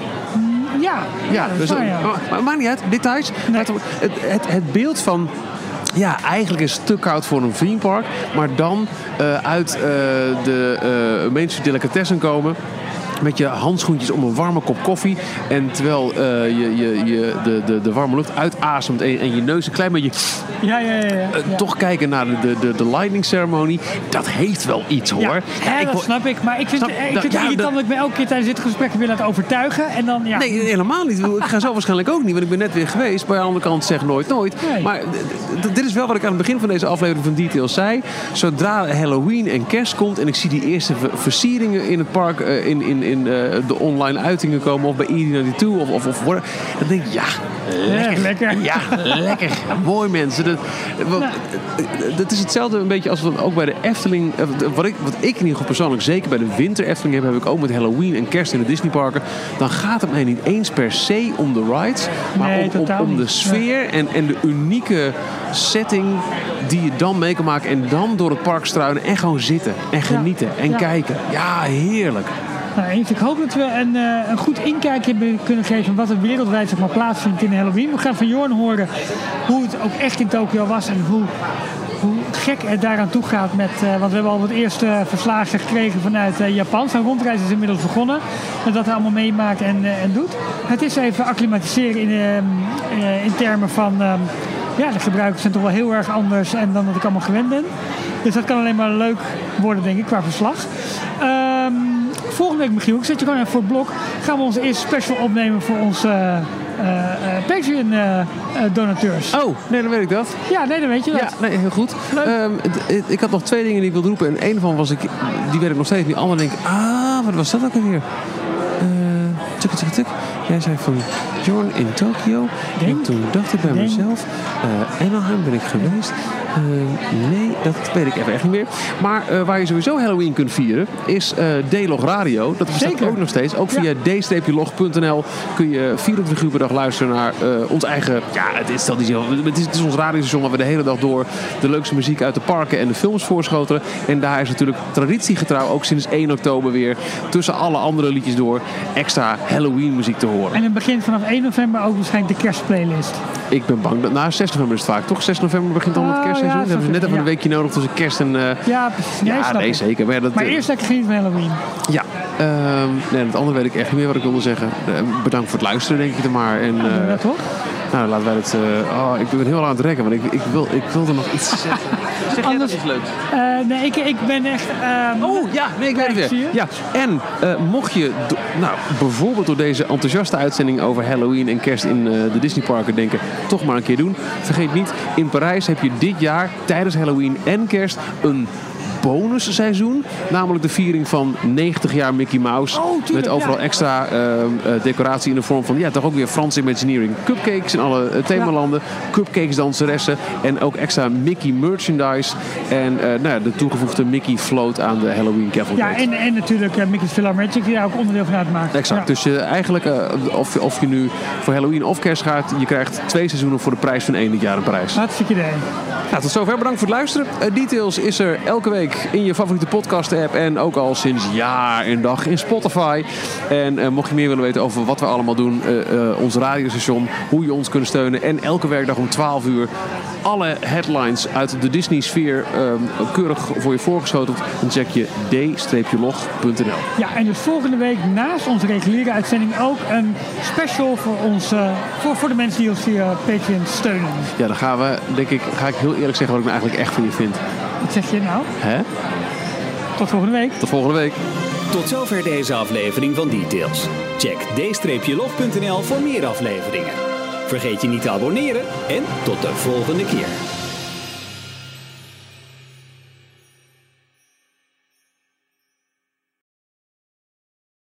Ja, ja, Ja, dat is dus, waar, ja. maar, maar maakt niet uit, details. Laten we- Het, het, het beeld van... Ja, eigenlijk is het te koud voor een theme park. Maar dan uh, uit uh, de uh, Main Street Delicatessen komen... met je handschoentjes om een warme kop koffie. En terwijl uh, je, je, je de, de, de warme lucht uitasemt en, en je neus een klein beetje... Ja, ja, ja. ja. Uh, ja. toch kijken naar de, de, de, de lightning ceremonie. Dat heeft wel iets, hoor. Ja, Ja, hè, ik dat wo- snap ik. Maar ik vind, Snap- ik vind dat- het ja, irritant dat- dat ik me elke keer tijdens dit gesprek wil laten overtuigen. En dan, ja. Nee, helemaal niet. Ik ga zo waarschijnlijk ook niet, want ik ben net weer geweest. Maar aan de andere kant zeg nooit nooit. Nee. Maar d- d- dit is wel wat ik aan het begin van deze aflevering van Details zei. Zodra Halloween en kerst komt en ik zie die eerste v- versieringen in het park, uh, in, in, in uh, de online uitingen komen of bij E D negenennegentig of, of, of worden, dan denk ik, ja, lekker. Ja, lekker. Ja, lekker. Mooi, mensen. Dat, wat, Nou. dat is hetzelfde een beetje als wat ook bij de Efteling. uh, Wat ik, wat ik in ieder geval persoonlijk zeker bij de winter Efteling heb, heb ik ook met Halloween en kerst in de Disneyparken. Dan gaat het mij niet eens per se om de rides, maar Nee, om, om, totaal om de niet. sfeer en, en de unieke setting die je dan mee kan maken. En dan door het park struinen en gewoon zitten en genieten en Ja. kijken. Ja, heerlijk. Nou, eens, ik hoop dat we een, uh, een goed inkijkje hebben kunnen geven van wat er wereldwijd zeg maar, plaatsvindt in Halloween. We gaan van Jorn horen hoe het ook echt in Tokio was en hoe, hoe gek het daaraan toe gaat. Met, uh, want we hebben al wat eerste verslagen gekregen vanuit uh, Japan. Zijn rondreis is inmiddels begonnen. En dat hij allemaal meemaakt en, uh, en doet. Het is even acclimatiseren in, uh, uh, in termen van... Um, ja, de gebruikers zijn toch wel heel erg anders en dan dat ik allemaal gewend ben. Dus dat kan alleen maar leuk worden, denk ik, qua verslag. Um, volgende week, Michiel, ik zet je gewoon even voor het blok. Gaan we onze eerste special opnemen voor onze uh, uh, Patreon-donateurs. Oh, nee, dan weet ik dat. Ja, nee, dan weet je dat. Ja, nee, heel goed. Leuk. Um, d- d- ik had nog twee dingen die ik wilde roepen. En een van was ik, die weet ik nog steeds niet. Allemaal denk ik, ah, wat was dat ook alweer? Uh, tuk, tuk, tuk. Jij zei van Jorn in Tokio. En Denk. toen dacht ik bij Denk. mezelf, uh, Anaheim ben ik geweest. Uh, nee, dat weet ik even echt niet meer. Maar uh, waar je sowieso Halloween kunt vieren, is uh, D-Log Radio. Dat bestaat Zeker. ook nog steeds. Ook via Ja. d log punt n l kun je vierentwintig uur per dag luisteren naar uh, ons eigen... Ja, het is, dat is, het, is, het is ons radiostation waar we de hele dag door de leukste muziek uit de parken en de films voorschotelen. En daar is natuurlijk traditiegetrouw ook sinds één oktober weer tussen alle andere liedjes door extra Halloween muziek te horen. En in het begin vanaf één november ook waarschijnlijk de kerstplaylist. Ik ben bang dat na zes november is het vaak, toch? zes november begint dan Oh, het kerstseizoen. ja, Dan hebben we net even ja. een weekje nodig tussen kerst en... Uh, Ja, precies. Nee, ja, snap nee, ik. zeker. Maar, ja, dat, Maar uh, eerst lekker genieten van Halloween. Ja, um, nee, het andere weet ik echt niet meer wat ik wilde zeggen. Uh, bedankt voor het luisteren, denk ik er maar. En, Ja, doen we uh, dat toch? nou, laten wij het... Uh, oh, ik ben heel aan het rekken, want ik, ik, wil, ik wilde nog iets zeggen. Zeg jij Anders- dat iets leuks? Uh, nee, ik, ik ben echt... ehm, Oh, ja, nee, ik weet Kijk, het zie weer. je? Ja, en uh, mocht je, do- nou, bijvoorbeeld door deze enthousiaste uitzending over Halloween en kerst in uh, de Disneyparken denken, toch maar een keer doen. Vergeet niet, in Parijs heb je dit jaar tijdens Halloween en kerst een bonusseizoen. Namelijk de viering van negentig jaar Mickey Mouse. Oh, tuurlijk, met overal ja. extra uh, uh, decoratie in de vorm van, ja, toch ook weer Frans Imagineering cupcakes in alle uh, themalanden. Cupcakes danseressen. En ook extra Mickey merchandise. En uh, nou ja, de toegevoegde Mickey float aan de Halloween Cavalcade. Ja, en, en natuurlijk uh, Mickey's Philharmagic, die daar ook onderdeel van uitmaakt. Exact. Ja. Dus uh, eigenlijk, uh, of, of je nu voor Halloween of kerst gaat, je krijgt twee seizoenen voor de prijs van één dit jaar een prijs. Hartstikke idee. Nou, tot zover. Bedankt voor het luisteren. Uh, Details is er elke week in je favoriete podcast app en ook al sinds jaar en dag in Spotify. En uh, mocht je meer willen weten over wat we allemaal doen, uh, uh, ons radiostation, hoe je ons kunt steunen en elke werkdag om twaalf uur alle headlines uit de Disney-sfeer um, keurig voor je voorgeschoteld. Dan check je d log punt n l. Ja, en dus volgende week naast onze reguliere uitzending ook een special voor, ons, uh, voor, voor de mensen die ons via Patreon steunen. Ja, dan gaan we, denk ik, ga ik heel eerlijk zeggen wat ik nou eigenlijk echt van je vind. Wat zeg je nou? Hè? Tot volgende week. Tot volgende week. Tot zover deze aflevering van Details. Check d log punt n l voor meer afleveringen. Vergeet je niet te abonneren en tot de volgende keer.